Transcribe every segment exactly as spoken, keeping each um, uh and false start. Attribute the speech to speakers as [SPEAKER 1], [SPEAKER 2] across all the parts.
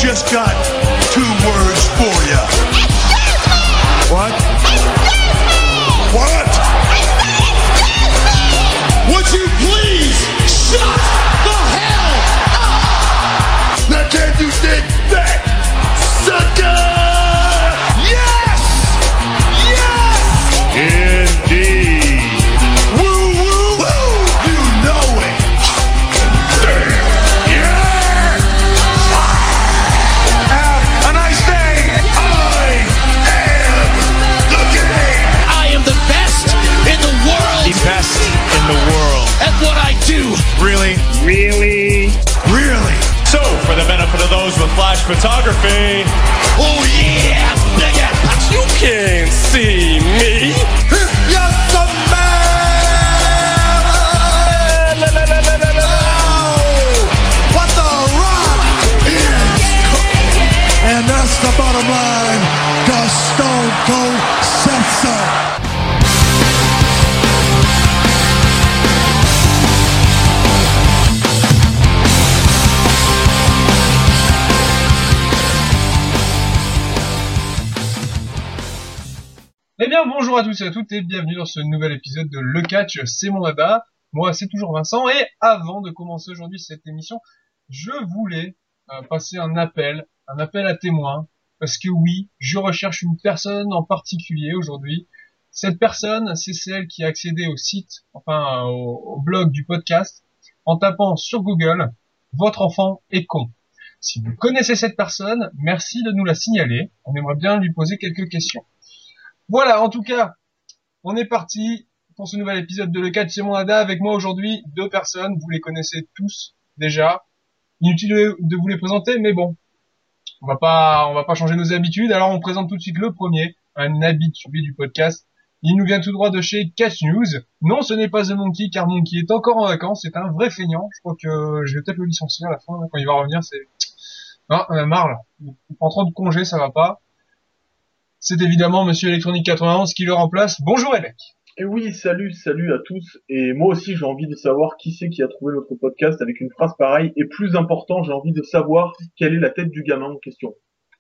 [SPEAKER 1] just got two words for you. What? What? Would you please shut the hell up? Now can you dig that, sucker? Yes! Yes! Indeed. Woo, woo, woo! You know it. Yeah! Have a nice day. I am the game.
[SPEAKER 2] I am the best in the world.
[SPEAKER 3] The best in the world.
[SPEAKER 2] At what I do.
[SPEAKER 3] Really?
[SPEAKER 1] Really? Really?
[SPEAKER 3] So, for the benefit of those with flash photography,
[SPEAKER 2] Oh yeah, nigga.
[SPEAKER 3] you can't see me.
[SPEAKER 1] Yes, the man! What the rock is cooking. And that's the bottom line. The Stone Cold said so.
[SPEAKER 4] Eh bien, bonjour à tous et à toutes et bienvenue dans ce nouvel épisode de Le Catch, c'est mon dada. Moi, c'est toujours Vincent et avant de commencer aujourd'hui cette émission, je voulais euh, passer un appel, un appel à témoins, parce que oui, je recherche une personne en particulier aujourd'hui. Cette personne, c'est celle qui a accédé au site, enfin euh, au, au blog du podcast, en tapant sur Google « Votre enfant est con ». Si vous connaissez cette personne, merci de nous la signaler. On aimerait bien lui poser quelques questions. Voilà, en tout cas, on est parti pour ce nouvel épisode de Le Catch, c'est mon dada. Avec moi aujourd'hui, deux personnes, vous les connaissez tous déjà. Inutile de, de vous les présenter, mais bon, on va pas, on va pas changer nos habitudes. Alors on présente tout de suite le premier, un habitué du podcast. Il nous vient tout droit de chez Catch News. Non, ce n'est pas The Monkey, car Monkey est encore en vacances. C'est un vrai feignant. Je crois que je vais peut-être le licencier à la fin, hein, quand il va revenir. C'est, non, on a marre là. Il prend trop de congés, ça va pas. C'est évidemment Monsieur Electronic quatre-vingt-onze qui le remplace. Bonjour Elec.
[SPEAKER 5] Et oui, salut, salut à tous. Et moi aussi, j'ai envie de savoir qui c'est qui a trouvé notre podcast avec une phrase pareille. Et plus important, j'ai envie de savoir quelle est la tête du gamin en question.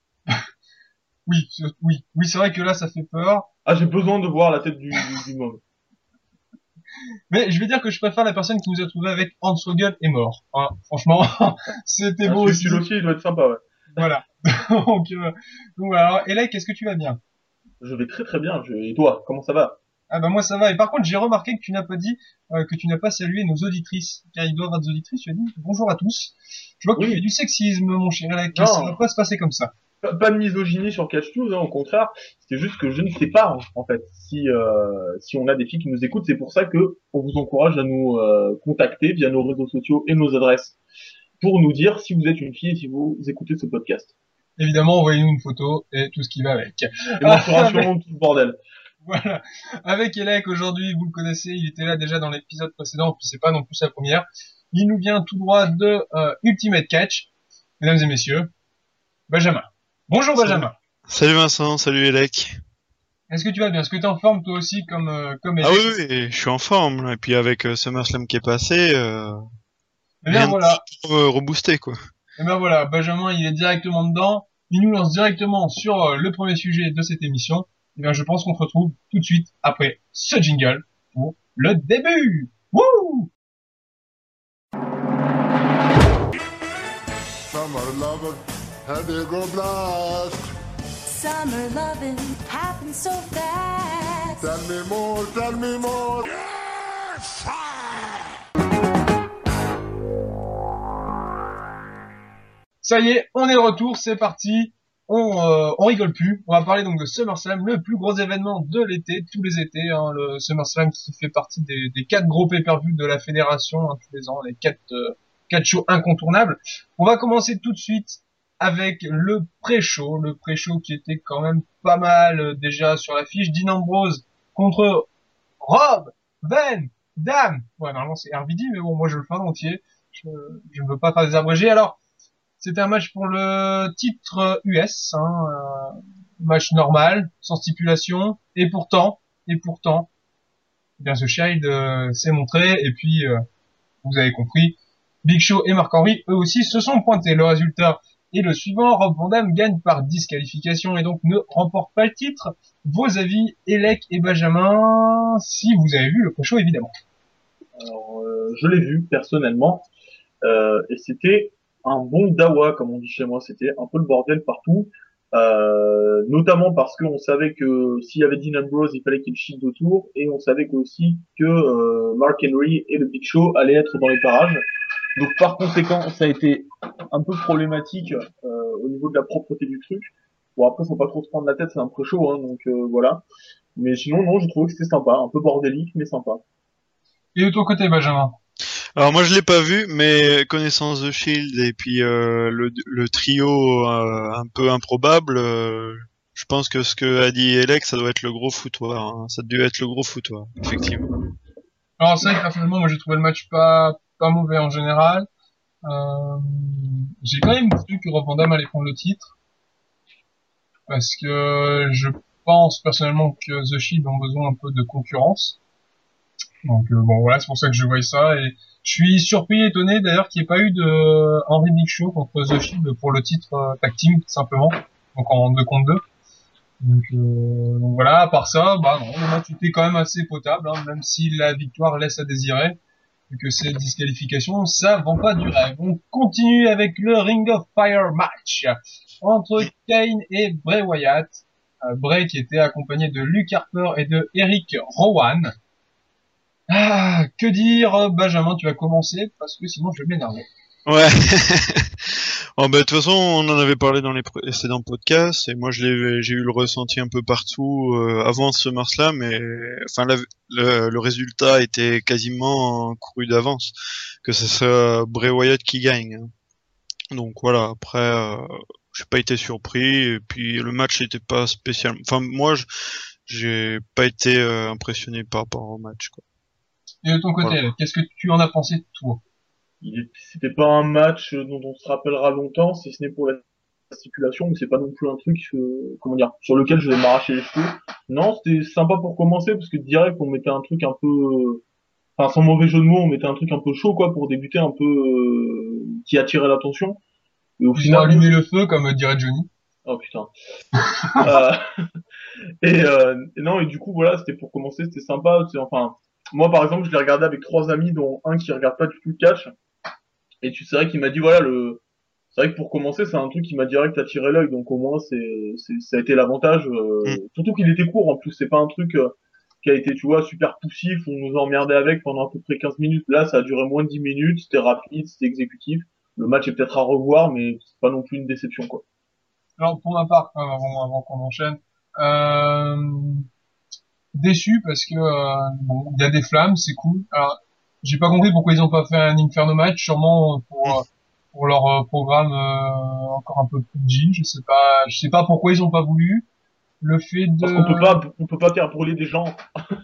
[SPEAKER 4] Oui, c'est- oui, oui, c'est vrai que là ça fait peur.
[SPEAKER 5] Ah, j'ai besoin de voir la tête du, du, du môme.
[SPEAKER 4] Mais je vais dire que je préfère la personne qui nous a trouvé avec Hans Vogel est mort. Voilà, franchement, c'était
[SPEAKER 5] Ah,
[SPEAKER 4] beau aussi.
[SPEAKER 5] celui-ci aussi, il doit être sympa, ouais.
[SPEAKER 4] Voilà. donc, euh, donc voilà. Alors, Elec, est-ce que tu vas bien?
[SPEAKER 5] Je vais très très bien. Je... Et toi, comment ça va?
[SPEAKER 4] Ah bah moi ça va. Et par contre, j'ai remarqué que tu n'as pas dit, euh, que tu n'as pas salué nos auditrices. Car ils doivent être des auditrices. Tu as dit bonjour à tous. Je vois que
[SPEAKER 5] Oui.
[SPEAKER 4] tu fais du sexisme, mon cher Elec.
[SPEAKER 5] Non.
[SPEAKER 4] Ça va pas se passer comme ça.
[SPEAKER 5] Pas, pas de misogynie sur Catch News, hein, au contraire. C'est juste que je ne sais pas, en fait, si euh, si on a des filles qui nous écoutent. C'est pour ça que on vous encourage à nous euh, contacter via nos réseaux sociaux et nos adresses pour nous dire si vous êtes une fille et si vous écoutez ce podcast.
[SPEAKER 4] Évidemment, envoyez-nous une photo et tout ce qui va avec.
[SPEAKER 5] Et on fera
[SPEAKER 4] Ah,
[SPEAKER 5] sûrement tout le bordel.
[SPEAKER 4] Voilà. Avec Elec, aujourd'hui, vous le connaissez, il était là déjà dans l'épisode précédent, puis c'est pas non plus sa première. Il nous vient tout droit de euh, Ultimate Catch. Mesdames et messieurs, Benjamin. Bonjour Benjamin.
[SPEAKER 6] Salut Vincent, salut Elec.
[SPEAKER 4] Est-ce que tu vas bien? Est-ce que tu es en forme toi aussi comme euh, comme Elec?
[SPEAKER 6] Ah oui, oui, je suis en forme, là. Et puis avec euh, SummerSlam qui est passé, euh,
[SPEAKER 4] Eh bien
[SPEAKER 6] rien de
[SPEAKER 4] voilà.
[SPEAKER 6] plus pour, euh, rebooster, quoi.
[SPEAKER 4] Eh bien voilà, Benjamin, il est directement dedans. Il nous lance directement sur euh, le premier sujet de cette émission. Eh bien je pense qu'on se retrouve tout de suite après ce jingle pour le début. Wouh!
[SPEAKER 1] Summer loving, had a go blast.
[SPEAKER 7] Summer loving happens so fast.
[SPEAKER 1] Tell me more, tell me more.
[SPEAKER 4] Ça y est, on est de retour, c'est parti. On, euh, on rigole plus. On va parler donc de SummerSlam, le plus gros événement de l'été, tous les étés. Hein, le SummerSlam qui fait partie des, des quatre gros pay-per-view de la fédération hein, tous les ans, les quatre, euh, quatre shows incontournables. On va commencer tout de suite avec le pré-show, le pré-show qui était quand même pas mal euh, déjà sur l'affiche. Dean Ambrose contre Rob Van Dam. Ouais, normalement c'est R V D, mais bon, moi je le fais en entier. Je, je ne veux pas faire des abrégés. Alors, c'était un match pour le titre U S, hein, euh, match normal, sans stipulation, et pourtant, et pourtant, eh bien ce Shield euh, s'est montré, et puis, euh, vous avez compris, Big Show et Mark Henry, eux aussi, se sont pointés. Le résultat, Et le suivant, Rob Van Dam gagne par disqualification et donc ne remporte pas le titre. Vos avis, Elec et Benjamin, si vous avez vu le pré-show évidemment.
[SPEAKER 5] Alors, euh, je l'ai vu personnellement, euh, et c'était un bon dawa, comme on dit chez moi. C'était un peu le bordel partout, euh, notamment parce qu'on savait que s'il y avait Dean Ambrose, il fallait qu'il shield autour, et on savait aussi que euh, Mark Henry et le Big Show allaient être dans les parages. Donc par conséquent, ça a été un peu problématique euh, au niveau de la propreté du truc. Bon, après, faut pas trop se prendre la tête, c'est un pré-show, hein, donc euh, voilà. Mais sinon, non, j'ai trouvé que c'était sympa, un peu bordélique, mais sympa.
[SPEAKER 4] Et de ton côté, Benjamin?
[SPEAKER 6] Alors moi je l'ai pas vu, mais connaissance de Shield et puis euh, le, le trio euh, un peu improbable, euh, je pense que ce que a dit Elec, ça doit être le gros foutoir. Hein. Ça doit être le gros foutoir, effectivement.
[SPEAKER 4] Alors c'est vrai que personnellement, moi j'ai trouvé le match pas pas mauvais en général. Euh, j'ai quand même vu que Rob Van Dam allait prendre le titre parce que je pense personnellement que The Shield ont besoin un peu de concurrence. Donc euh, bon voilà, c'est pour ça que je voyais ça et je suis surpris et étonné d'ailleurs qu'il n'y ait pas eu de Henry Big Show contre The Shield pour le titre euh, tag team tout simplement, donc en deux contre deux. Donc, euh, donc voilà, à part ça, bah non, le match était quand même assez potable, hein, même si la victoire laisse à désirer, vu que c'est disqualification, ça vend pas du rêve. On continue avec le Ring of Fire match entre Kane et Bray Wyatt. Euh, Bray qui était accompagné de Luke Harper et de Eric Rowan. Ah, que dire, Benjamin, tu vas commencer, parce que sinon je vais m'énerver.
[SPEAKER 6] Ouais. Oh, bah, de toute façon, on en avait parlé dans les précédents podcasts, et moi je l'ai, j'ai eu le ressenti un peu partout euh, avant ce SummerSlam, mais enfin la, le, le résultat était quasiment couru d'avance, que ce soit Bray Wyatt qui gagne. Donc voilà, après, euh, j'ai pas été surpris, et puis le match était pas spécialement. Enfin, moi, je, j'ai pas été euh, impressionné par rapport au match, quoi.
[SPEAKER 4] Et de ton côté,
[SPEAKER 6] Voilà.
[SPEAKER 4] qu'est-ce que tu en as pensé, toi?
[SPEAKER 5] Il est- C'était pas un match dont on se rappellera longtemps, si ce n'est pour la stipulation, mais c'est pas non plus un truc, euh, comment dire, sur lequel je vais m'arracher les cheveux. Non, c'était sympa pour commencer, parce que direct, on mettait un truc un peu, euh, enfin, sans mauvais jeu de mots, on mettait un truc un peu chaud, quoi, pour débuter un peu, euh, qui attirait l'attention. Et au
[SPEAKER 4] Ils ont
[SPEAKER 5] final,
[SPEAKER 4] allumé le feu, comme dirait Johnny.
[SPEAKER 5] oh putain. Euh, et, euh, et non, et du coup, voilà, c'était pour commencer, c'était sympa. C'est, enfin, moi, par exemple, je l'ai regardé avec trois amis, dont un qui regarde pas du tout le catch. Et tu sais, vrai qu'il m'a dit, voilà, le, c'est vrai que pour commencer, c'est un truc qui m'a direct attiré l'œil, donc au moins, c'est, c'est, ça a été l'avantage. Euh,
[SPEAKER 6] Mm.
[SPEAKER 5] Surtout qu'il était court, en plus, c'est pas un truc euh, qui a été, tu vois, super poussif, on nous a emmerdé avec pendant à peu près quinze minutes. Là, ça a duré moins de dix minutes, c'était rapide, c'était exécutif. Le match est peut-être à revoir, mais c'est pas non plus une déception, quoi.
[SPEAKER 4] Alors, pour ma part, quand même, avant, avant qu'on enchaîne, euh, déçu parce que, euh, bon, il y a des flammes, c'est cool. Alors, j'ai pas compris pourquoi ils ont pas fait un Inferno match, sûrement pour, euh, pour leur euh, programme euh, encore un peu plus G, je sais pas, je sais pas pourquoi ils ont pas voulu. Le fait de...
[SPEAKER 5] Parce qu'on peut pas, on peut pas faire brûler des gens.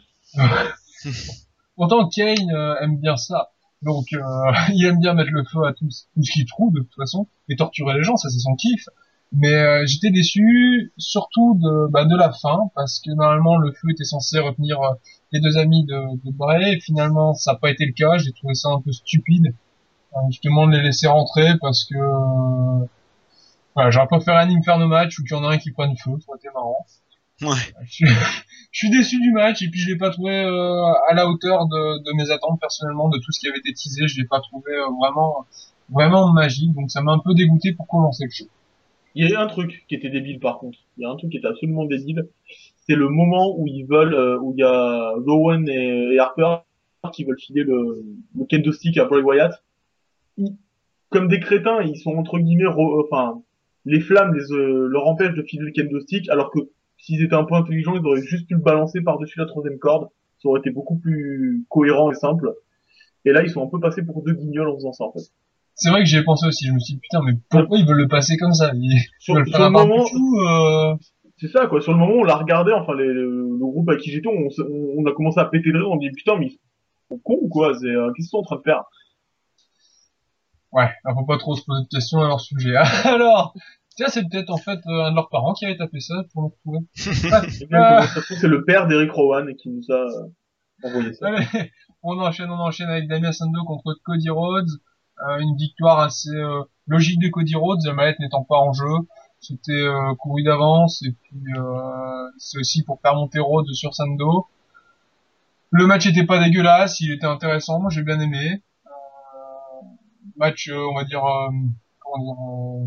[SPEAKER 4] Pourtant, Kane euh, aime bien ça. Donc, euh, il aime bien mettre le feu à tout, tout ce qu'il trouve, de toute façon, et torturer les gens, ça c'est son kiff. Mais euh, j'étais déçu, surtout de, bah, de la fin, parce que normalement le feu était censé retenir euh, les deux amis de, de Bray, et finalement ça n'a pas été le cas, j'ai trouvé ça un peu stupide, euh, justement de les laisser rentrer, parce que euh, voilà, j'aurais préféré un Inferno match où qu'il y en a un qui prenne feu, ça aurait été marrant.
[SPEAKER 6] Ouais.
[SPEAKER 4] Je, je suis déçu du match, et puis je l'ai pas trouvé euh, à la hauteur de, de mes attentes personnellement, de tout ce qui avait été teasé, je l'ai pas trouvé euh, vraiment vraiment magique, donc ça m'a un peu dégoûté pour commencer le show.
[SPEAKER 5] Il y a un truc qui était débile par contre. Il y a un truc qui était absolument débile. C'est le moment où ils veulent, euh, où il y a Rowan et, et Harper qui veulent filer le, le kendo stick à Bray Wyatt. Ils, comme des crétins, ils sont entre guillemets, re- enfin, les flammes les, euh, leur empêchent de filer le kendo stick, alors que s'ils étaient un peu intelligents, ils auraient juste pu le balancer par-dessus la troisième corde. Ça aurait été beaucoup plus cohérent et simple. Et là, ils sont un peu passés pour deux guignols en faisant ça, en fait.
[SPEAKER 4] C'est vrai que j'y ai pensé aussi, je me suis dit, putain, mais pourquoi ils veulent le passer comme ça? Ils
[SPEAKER 5] Sur,
[SPEAKER 4] veulent
[SPEAKER 5] sur
[SPEAKER 4] faire
[SPEAKER 5] le
[SPEAKER 4] un
[SPEAKER 5] moment,
[SPEAKER 4] barbecue, euh...
[SPEAKER 5] c'est ça, quoi. Sur le moment, on l'a regardé, enfin, les, le, le groupe à qui j'étais, on, s- on, on a commencé à péter de rire, on dit, putain, mais ils sont cons ou quoi? C'est, euh, qu'est-ce qu'ils sont en train de faire?
[SPEAKER 4] Ouais, alors faut pas trop se poser de questions à leur sujet. Alors, tiens, c'est peut-être en fait euh, un de leurs parents qui avait tapé ça pour nous retrouver.
[SPEAKER 5] Exactement. Ça se trouve, c'est le père d'Eric Rowan qui nous a euh, envoyé ça.
[SPEAKER 4] Allez, on enchaîne, on enchaîne avec Damien Sandow contre Cody Rhodes. Euh, une victoire assez euh, logique de Cody Rhodes, la mallette n'étant pas en jeu. C'était euh, couru d'avance et puis euh, c'est aussi pour faire monter Rhodes sur Sando. Le match était pas dégueulasse, il était intéressant, moi j'ai bien aimé. Euh, match, euh, on va dire, euh, comment dire, euh,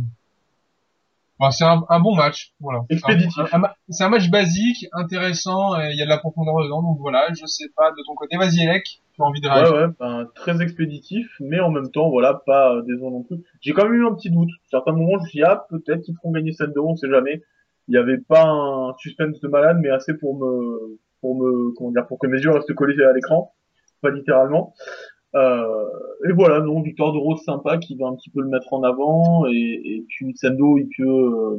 [SPEAKER 4] enfin, c'est un, un bon match, voilà. C'est un,
[SPEAKER 5] Expéditif.
[SPEAKER 4] un- un ma- c'est un match basique, intéressant, et il y a de la profondeur dedans, donc voilà, je sais pas, de ton côté, vas-y Elec, tu as envie de
[SPEAKER 5] Ouais,
[SPEAKER 4] réagir.
[SPEAKER 5] ouais, ben, très expéditif, mais en même temps, voilà, pas euh, décevant non plus. J'ai quand même eu un petit doute. À certains moments, je me suis dit, ah, peut-être qu'ils feront gagner Sando, on sait jamais. Il n'y avait pas un suspense de malade, mais assez pour me, pour me, comment dire, pour que mes yeux restent collés à l'écran. Pas littéralement. Euh, et voilà, non, victoire de Rose sympa qui va un petit peu le mettre en avant, et, et puis Sando, il peut, euh,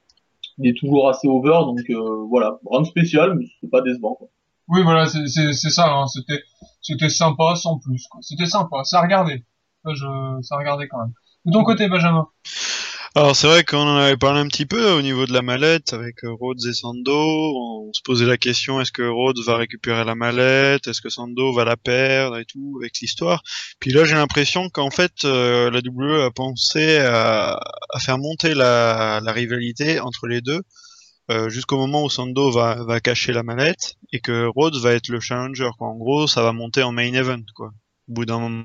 [SPEAKER 5] il est toujours assez over, donc euh, voilà, rien de spécial, mais c'est pas décevant, quoi.
[SPEAKER 4] Oui, voilà, c'est c'est c'est ça, hein, c'était c'était sympa sans plus, quoi. C'était sympa, ça a regardé. Ça, je, ça a regardé quand même. De ton côté, Benjamin.
[SPEAKER 6] Alors c'est vrai qu'on en avait parlé un petit peu au niveau de la mallette avec euh, Rhodes et Sando. On se posait la question, est-ce que Rhodes va récupérer la mallette, est-ce que Sando va la perdre et tout avec l'histoire. Puis là j'ai l'impression qu'en fait euh, la W E a pensé à, à faire monter la, la rivalité entre les deux euh, jusqu'au moment où Sando va, va cacher la mallette et que Rhodes va être le challenger, quoi. En gros ça va monter en main event, quoi, au bout d'un moment.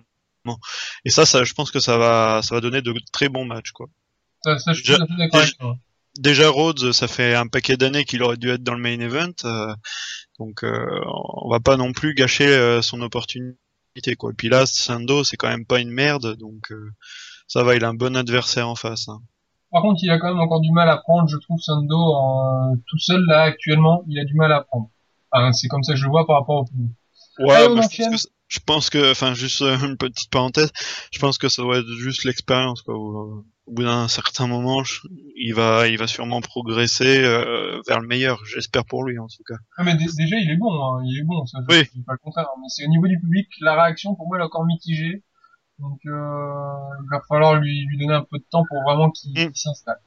[SPEAKER 6] Et ça, ça je pense que ça va ça va donner de très bons matchs, quoi.
[SPEAKER 4] Ça, ça, je suis
[SPEAKER 6] Déjà,
[SPEAKER 4] tout à fait d'accord
[SPEAKER 6] déjà,
[SPEAKER 4] avec toi.
[SPEAKER 6] déjà Rhodes, ça fait un paquet d'années qu'il aurait dû être dans le main event, euh, donc euh, on va pas non plus gâcher euh, son opportunité, quoi. Et puis là, Sando, c'est quand même pas une merde, donc euh, ça va, il a un bon adversaire en face, hein.
[SPEAKER 4] Par contre, il a quand même encore du mal à prendre, je trouve, Sando en, euh, tout seul, là, actuellement, il a du mal à prendre. Enfin, c'est comme ça que je le vois par rapport au public. Allez,
[SPEAKER 6] Ouais,
[SPEAKER 4] on
[SPEAKER 6] moi je pense
[SPEAKER 4] enchaîne.
[SPEAKER 6] que, c- je pense que, enfin, juste euh, une petite parenthèse, je pense que ça doit être juste l'expérience, quoi. Au, au bout d'un certain moment, je- il va, il va sûrement progresser euh, vers le meilleur. J'espère pour lui, en tout cas.
[SPEAKER 4] Ah, mais dé- déjà, il est bon, hein, il est bon, ça, je,
[SPEAKER 6] Oui,
[SPEAKER 4] je dis pas le contraire. Hein, mais c'est au niveau du public, la réaction, pour moi, elle est encore mitigée. Donc, euh, il va falloir lui, lui donner un peu de temps pour vraiment qu'il
[SPEAKER 6] mm,
[SPEAKER 4] qu'il s'installe.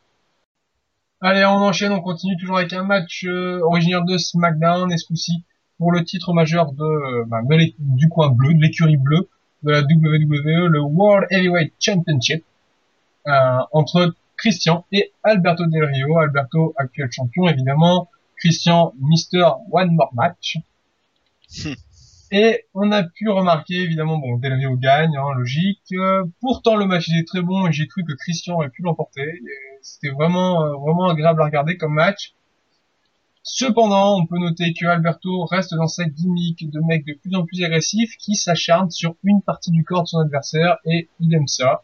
[SPEAKER 4] Allez, on enchaîne, on continue toujours avec un match euh, originaire de SmackDown, et ce coup-ci pour le titre majeur de, euh, bah, de l'é- du coin bleu, de l'écurie bleue de la W W E, le World Heavyweight Championship, euh, entre Christian et Alberto Del Rio. Alberto, actuel champion, évidemment. Christian, Mister One More Match. Et on a pu remarquer, évidemment, bon, Del Rio gagne, hein, logique. Euh, pourtant, le match était très bon et j'ai cru que Christian aurait pu l'emporter. Et c'était vraiment, euh, vraiment agréable à regarder comme match. Cependant, on peut noter que Alberto reste dans sa gimmick de mec de plus en plus agressif qui s'acharne sur une partie du corps de son adversaire et il aime ça.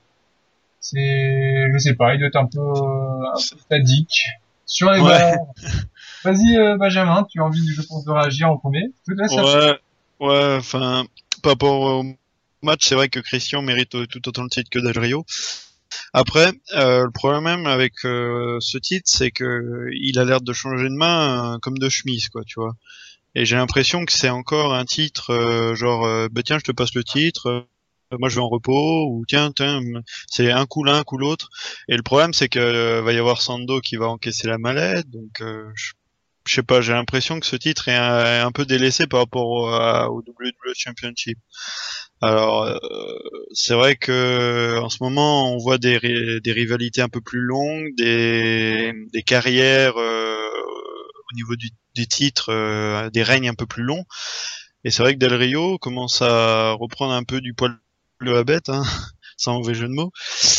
[SPEAKER 4] C'est, je sais pas, il doit être un peu, euh, un peu sadique. Sur les
[SPEAKER 6] ouais.
[SPEAKER 4] bords. Vas-y, euh, Benjamin, tu as envie, je pense, de réagir en premier. Je te laisse la parole.
[SPEAKER 6] Ouais, ouais, enfin, par rapport au match, c'est vrai que Christian mérite tout autant le titre que Del Rio. Après, euh, le problème même avec euh, ce titre, c'est que il a l'air de changer de main euh, comme de chemise, quoi, tu vois. Et j'ai l'impression que c'est encore un titre euh, genre, euh, bah tiens, je te passe le titre, euh, moi je vais en repos, ou tiens, tiens, c'est un coup l'un, un coup l'autre. Et le problème, c'est que euh, va y avoir Sando qui va encaisser la mallette, donc euh, je je sais pas, j'ai l'impression que ce titre est un, un peu délaissé par rapport au, à- au W W E Championship. Alors, euh, c'est vrai que en ce moment, on voit des, ri- des rivalités un peu plus longues, des, des carrières euh, au niveau du, des titres, euh, des règnes un peu plus longs. Et c'est vrai que Del Rio commence à reprendre un peu du poil de la bête, hein, sans mauvais jeu de mots.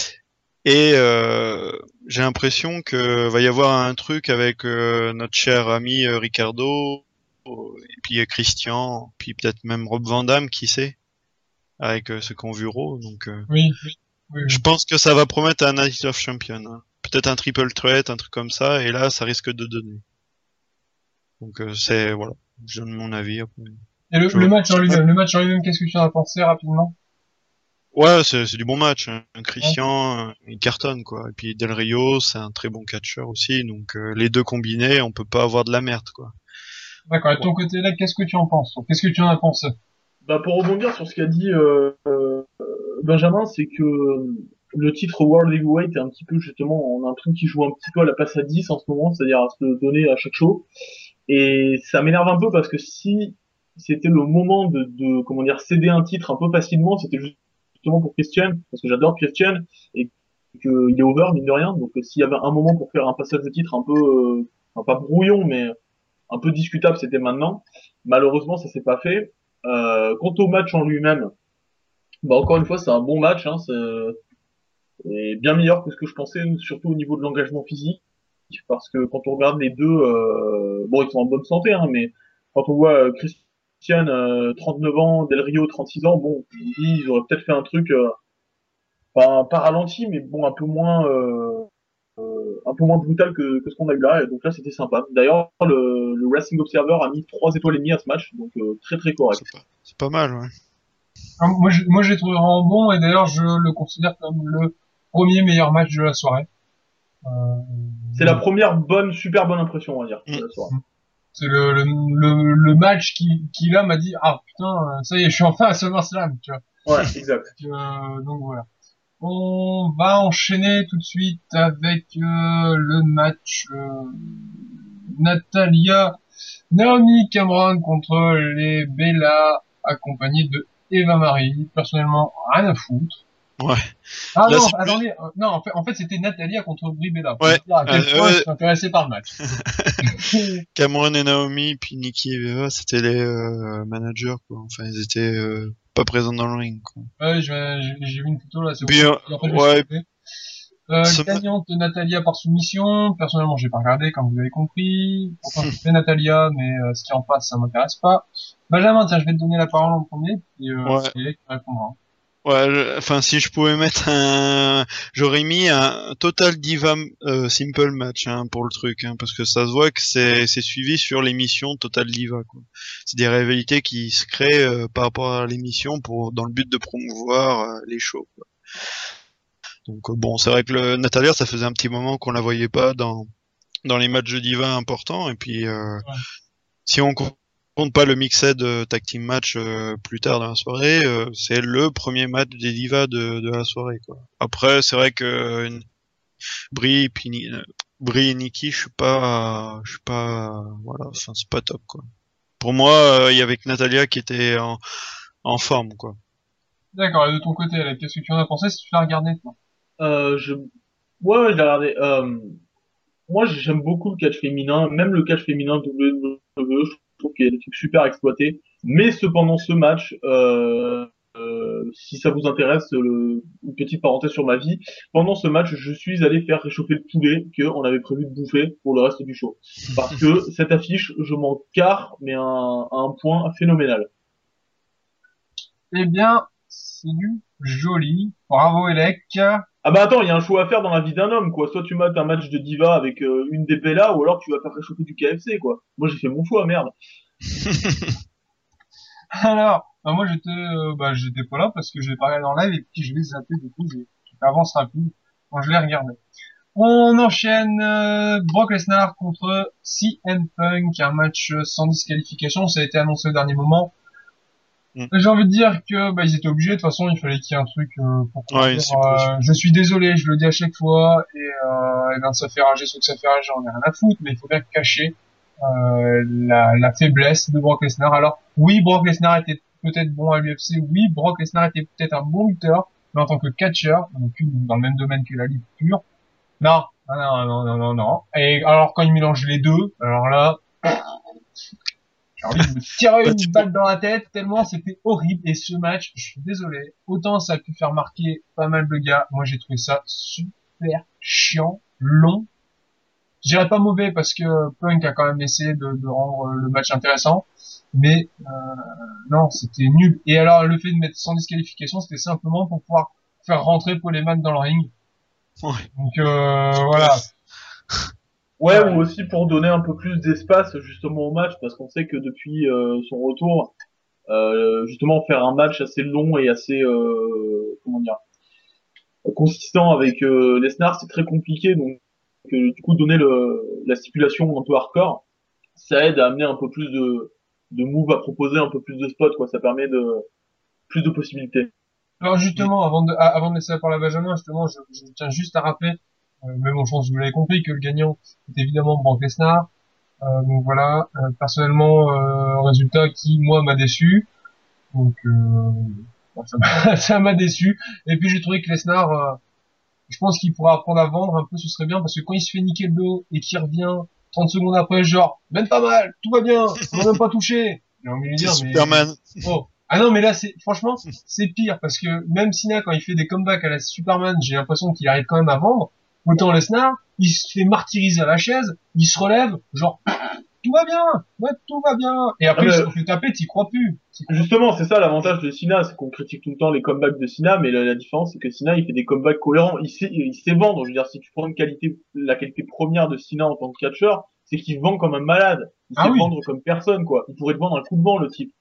[SPEAKER 6] Et euh, j'ai l'impression que va y avoir un truc avec euh, notre cher ami euh, Ricardo, et puis euh, Christian, puis peut-être même Rob Van Dam, qui sait, avec euh, ce qu'on vu Raw. Donc euh,
[SPEAKER 4] Oui, oui, oui,
[SPEAKER 6] je
[SPEAKER 4] oui.
[SPEAKER 6] pense que ça va promettre un Night of Champion, hein. Peut-être un triple threat, un truc comme ça, et là ça risque de donner. Donc euh, c'est voilà, je donne mon avis après.
[SPEAKER 4] Et le,
[SPEAKER 6] Je,
[SPEAKER 4] le match
[SPEAKER 6] je
[SPEAKER 4] en
[SPEAKER 6] sais pas.
[SPEAKER 4] lui-même, le match en lui-même, qu'est-ce que tu en as pensé rapidement?
[SPEAKER 6] Ouais, c'est c'est du bon match, hein.
[SPEAKER 4] Ouais.
[SPEAKER 6] Christian, euh, il cartonne quoi. Et puis Del Rio, c'est un très bon catcheur aussi. Donc euh, les deux combinés, on peut pas avoir de la merde quoi.
[SPEAKER 4] D'accord. Et de
[SPEAKER 6] Ouais.
[SPEAKER 4] ton côté là, qu'est-ce que tu en penses? Qu'est-ce que tu en as pensé?
[SPEAKER 5] Bah, pour rebondir sur ce qu'a dit euh, euh, Benjamin, c'est que euh, le titre World Heavyweight est un petit peu justement, on a l'impression qu'il joue un petit peu à la passe à dix en ce moment, c'est-à-dire à se donner à chaque show. Et ça m'énerve un peu parce que si c'était le moment de, de comment dire céder un titre un peu facilement, c'était juste justement pour Christian, parce que j'adore Christian, et qu'il est over, mine de rien. Donc, euh, s'il y avait un moment pour faire un passage de titre un peu, euh, enfin, pas brouillon, mais un peu discutable, c'était maintenant. Malheureusement, ça s'est pas fait. Euh, quant au match en lui-même, bah, encore une fois, c'est un bon match, hein, c'est, et bien meilleur que ce que je pensais, surtout au niveau de l'engagement physique, parce que quand on regarde les deux, euh, bon, ils sont en bonne santé, hein, mais quand on voit euh, Christian, euh, trente-neuf ans, Del Rio, trente-six ans, bon, on se dit, ils auraient peut-être fait un truc, euh, pas, pas ralenti, mais bon, un peu moins, euh, euh, un peu moins brutal que, que ce qu'on a eu là, et donc là, c'était sympa. D'ailleurs, le, le Wrestling Observer a mis trois étoiles et demie à ce match, donc euh, très très correct.
[SPEAKER 6] C'est pas, c'est pas mal, ouais.
[SPEAKER 4] Ah, Moi, je, moi, j'ai trouvé vraiment bon, et d'ailleurs, je le considère comme le premier meilleur match de la soirée. Euh,
[SPEAKER 5] C'est la première bonne, super bonne impression, on va dire, de la soirée.
[SPEAKER 4] C'est le, le, le, le match qui, qui là m'a dit, ah putain, ça y est, je suis enfin à SummerSlam, tu vois.
[SPEAKER 5] Ouais, exact.
[SPEAKER 4] Euh, donc voilà. On va enchaîner tout de suite avec euh, le match euh, Natalia Naomi Cameron contre les Bella, accompagnés de Eva Marie. Personnellement, rien à foutre.
[SPEAKER 6] Ouais.
[SPEAKER 4] Ah
[SPEAKER 6] Là,
[SPEAKER 4] non,
[SPEAKER 6] c'est plus-
[SPEAKER 4] attendez, euh, non, en fait, en fait c'était Natalia contre Brie Bella.
[SPEAKER 6] Ouais.
[SPEAKER 4] Pour dire à quel
[SPEAKER 6] Euh,
[SPEAKER 4] point
[SPEAKER 6] ouais.
[SPEAKER 4] je suis intéressé par le match.
[SPEAKER 6] Cameron et Naomi, puis Nikki et Eva, c'était les euh, managers, quoi. Enfin, ils étaient euh, pas présents dans le ring, quoi.
[SPEAKER 4] Ouais, je vais- j'ai j'ai vu une photo là, c'est
[SPEAKER 6] Puis,
[SPEAKER 4] bon.
[SPEAKER 6] euh,
[SPEAKER 4] Et après, je me
[SPEAKER 6] ouais.
[SPEAKER 4] suis trompé. Euh,
[SPEAKER 6] Ce-
[SPEAKER 4] gagnante Natalia par soumission. Personnellement, j'ai pas regardé, comme vous avez compris. Pourtant, je fais Natalia, mais euh, ce qui en passe, ça m'intéresse pas. Benjamin, tiens, je vais te donner la parole en premier, et euh,
[SPEAKER 6] Ouais.
[SPEAKER 4] c'est elle qui répondra.
[SPEAKER 6] Ouais, je- enfin, si je pouvais mettre un, j'aurais mis un total diva euh, simple match, hein, pour le truc, hein, parce que ça se voit que c'est c'est suivi sur l'émission Total Diva, quoi. C'est des rivalités qui se créent euh, par rapport à l'émission pour dans le but de promouvoir euh, les shows, quoi. Donc euh, bon, c'est vrai que le Natalia, ça faisait un petit moment qu'on la voyait pas dans dans les matchs de diva importants, et puis euh,
[SPEAKER 4] Ouais.
[SPEAKER 6] si on compte pas le mixed euh, tag team match euh, plus tard dans la soirée, euh, c'est le premier match des divas de, de la soirée, quoi. Après, c'est vrai que euh, Brie, puis Ni- euh, Brie et Nikki, je suis pas, je suis pas, voilà, enfin c'est pas top, quoi. Pour moi, euh, il y avait que Natalia qui était en, en forme, quoi.
[SPEAKER 4] D'accord, et de ton côté, Alex, qu'est-ce que tu en as pensé si tu l'as regardé, toi?
[SPEAKER 5] Euh, je, ouais, ouais, j'ai regardé. Euh, moi, j'aime beaucoup le catch féminin, même le catch féminin W W E, je trouve qu'il y a des trucs super exploités. Mais cependant, ce match, euh, euh, si ça vous intéresse, le, une petite parenthèse sur ma vie, pendant ce match, je suis allé faire réchauffer le poulet qu'on avait prévu de bouffer pour le reste du show. Parce que cette affiche, je m'en carre, mais à un, à un point phénoménal.
[SPEAKER 4] Eh bien, c'est du joli. Bravo, Elec.
[SPEAKER 5] Ah bah attends, il y a un choix à faire dans la vie d'un homme, quoi. Soit tu mates un match de diva avec euh, une des Bella, ou alors tu vas faire réchauffer du K F C, quoi. Moi, j'ai fait mon choix, merde.
[SPEAKER 4] Alors, bah, moi, j'étais, euh, bah, j'étais pas là parce que je l'ai pas regardé en live, et puis je l'ai zappé, du coup, j'ai j'ai fait avance rapide. Donc, je l'ai regardé. On enchaîne euh, Brock Lesnar contre C M Punk, un match euh, sans disqualification. Ça a été annoncé au dernier moment.
[SPEAKER 6] Mm.
[SPEAKER 4] J'ai envie de dire que bah, ils étaient obligés. De toute façon, il fallait qu'il y ait un truc euh, pour
[SPEAKER 6] Ouais,
[SPEAKER 4] dire,
[SPEAKER 6] c'est
[SPEAKER 4] euh,
[SPEAKER 6] possible.
[SPEAKER 4] je suis désolé, je le dis à chaque fois, et, euh, et ben ça fait rager ceux que ça fait rager, on a rien à foutre, mais il faut bien cacher euh, la, la faiblesse de Brock Lesnar. Alors oui, Brock Lesnar était peut-être bon à l'U F C, oui, Brock Lesnar était peut-être un bon lutteur, mais en tant que catcheur, donc dans le même domaine que la lutte pure, non, non, non, non, non, non. Et alors quand il mélange les deux, alors là, j'ai envie de me tirer
[SPEAKER 6] Bah,
[SPEAKER 4] une
[SPEAKER 6] tu
[SPEAKER 4] balle dans la tête tellement c'était horrible. Et ce match, je suis désolé, autant ça a pu faire marquer pas mal de gars, moi j'ai trouvé ça super chiant, long. Je dirais pas mauvais parce que Punk a quand même essayé de, de rendre le match intéressant, mais euh, non, c'était nul. Et alors le fait de mettre sans disqualification, c'était simplement pour pouvoir faire rentrer Poleman dans le ring.
[SPEAKER 6] Ouais.
[SPEAKER 4] Donc euh, voilà.
[SPEAKER 5] Ouais,
[SPEAKER 4] Ouais.
[SPEAKER 5] ou aussi pour donner un peu plus d'espace justement au match, parce qu'on sait que depuis euh, son retour, euh, justement faire un match assez long et assez euh, comment dire consistant avec euh, Lesnar, c'est très compliqué. Donc euh, du coup donner le, la stipulation un peu hardcore, ça aide à amener un peu plus de de moves à proposer, un peu plus de spots, quoi. Ça permet de plus de possibilités.
[SPEAKER 4] Alors justement, avant de, ah, avant de laisser la parole à Benjamin, justement, je, je tiens juste à rappeler, euh, mais bon, je pense que vous l'avez compris, que le gagnant est évidemment Brock Lesnar. Euh, donc voilà, euh, personnellement, euh, résultat qui, moi, m'a déçu. Donc, euh, Bon, ça m'a ça m'a déçu. Et puis j'ai trouvé que Lesnar, euh, je pense qu'il pourra apprendre à vendre un peu, ce serait bien, parce que quand il se fait niquer le dos et qu'il revient trente secondes après, genre, même pas mal, tout va bien, on m'a même pas touché. J'ai envie de lui
[SPEAKER 6] C'est
[SPEAKER 4] dire,
[SPEAKER 6] Superman.
[SPEAKER 4] mais... Oh. Ah non, mais là, c'est, franchement, c'est pire, parce que même Cena, quand il fait des comebacks à la Superman, j'ai l'impression qu'il arrive quand même à vendre. Autant Lesnar, il se fait martyriser à la chaise, il se relève, genre, tout va bien, ouais, tout va bien. Et après,
[SPEAKER 5] Ah, mais-
[SPEAKER 4] il se fait taper, t'y crois plus. T'y crois
[SPEAKER 5] Justement, c'est ça l'avantage de Cena, c'est qu'on critique tout le temps les comebacks de Cena, mais la, la différence c'est que Cena il fait des comebacks cohérents, il sait, il sait vendre. Je veux dire, si tu prends une qualité, la qualité première de Cena en tant que catcheur, c'est qu'il vend comme un malade. Il
[SPEAKER 4] Ah
[SPEAKER 5] sait
[SPEAKER 4] oui.
[SPEAKER 5] vendre comme personne, quoi. Il pourrait te vendre un coup de vent, le type.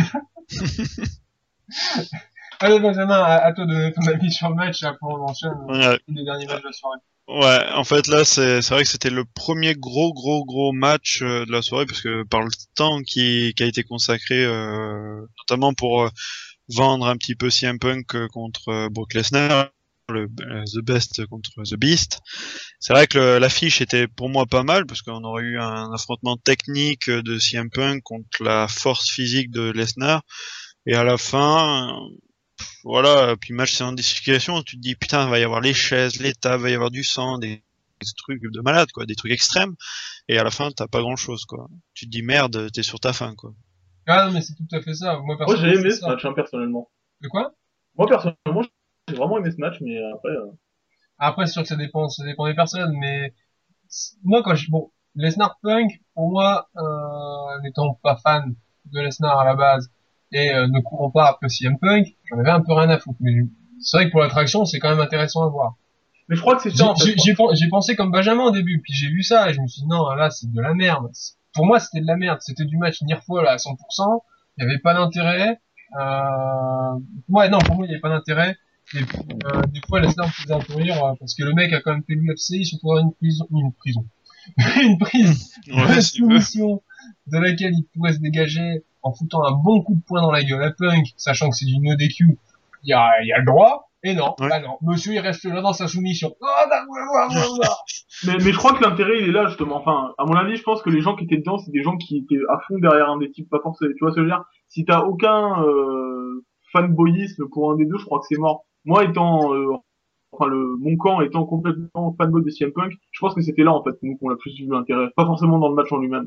[SPEAKER 4] Allez, Benjamin, à, à toi de donner ton avis sur le match, et après on enchaîne
[SPEAKER 6] Ouais.
[SPEAKER 4] les derniers matchs de la soirée.
[SPEAKER 6] Ouais, en fait là c'est c'est vrai que c'était le premier gros gros gros match euh, de la soirée parce que par le temps qui qui a été consacré euh, notamment pour euh, vendre un petit peu C M Punk euh, contre euh, Brock Lesnar, le euh, The Best contre The Beast. C'est vrai que le- l'affiche était pour moi pas mal parce qu'on aurait eu un affrontement technique de C M Punk contre la force physique de Lesnar et à la fin voilà, puis match c'est en disqualification, tu te dis putain, il va y avoir les chaises, les tables, il va y avoir du sang, des, des trucs de malade quoi, des trucs extrêmes, et à la fin t'as pas grand chose quoi. Tu te dis merde, t'es sur ta fin quoi.
[SPEAKER 4] Ah non, mais c'est tout à fait ça. Moi,
[SPEAKER 5] Moi, j'ai
[SPEAKER 4] personnellement,
[SPEAKER 5] aimé
[SPEAKER 4] c'est
[SPEAKER 5] ce
[SPEAKER 4] ça.
[SPEAKER 5] match, hein, personnellement.
[SPEAKER 4] De quoi?
[SPEAKER 5] Moi, personnellement, j'ai vraiment aimé ce match, mais après, euh,
[SPEAKER 4] Après, c'est sûr que ça dépend, ça dépend des personnes, mais c- moi, quand je, bon, Lesnar Punk, pour moi, euh, n'étant pas fan de Lesnar à la base, et euh, ne courant pas après C M Punk, j'en avais un peu rien à foutre. Mais c'est vrai que pour l'attraction, c'est quand même intéressant à voir.
[SPEAKER 5] mais je crois que c'est
[SPEAKER 4] J'ai
[SPEAKER 5] ça, en fait.
[SPEAKER 4] j'ai- j'ai pen- j'ai pensé comme Benjamin au début, puis j'ai vu ça, et je me suis dit, non, là, c'est de la merde. Pour moi, c'était de la merde. C'était du match Nearfall à cent pour cent. Il n'y avait pas d'intérêt. Euh... Ouais, non, pour moi, il n'y avait pas d'intérêt. Et puis, euh, des fois, Lesnar me faisait un peu rire, euh, parce que le mec a quand même fait l'U F C, il se retrouve dans une prison, une prison. une prise de
[SPEAKER 6] Ouais, si tu veux.
[SPEAKER 4] soumission de laquelle il pourrait se dégager en foutant un bon coup de poing dans la gueule à Punk, sachant que c'est du no D Q. Il y a, il y a le droit. Et non,
[SPEAKER 6] Ouais.
[SPEAKER 4] bah non. Monsieur, il reste là dans sa soumission. Oh, bah, bah, bah, bah, bah.
[SPEAKER 5] Mais, mais je crois que l'intérêt, il est là, justement. Enfin, à mon avis, je pense que les gens qui étaient dedans, c'est des gens qui étaient à fond derrière un des types, pas forcément. Tu vois ce que je veux dire? Si t'as aucun euh, fanboyisme pour un des deux, je crois que c'est mort. Moi, étant, euh, enfin, le mon camp étant complètement fanboy de C M Punk, je pense que c'était là, en fait, nous, qu'on a plus vu l'intérêt. Pas forcément dans le match en lui-même.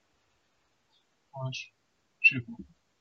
[SPEAKER 4] Ouais, je, je sais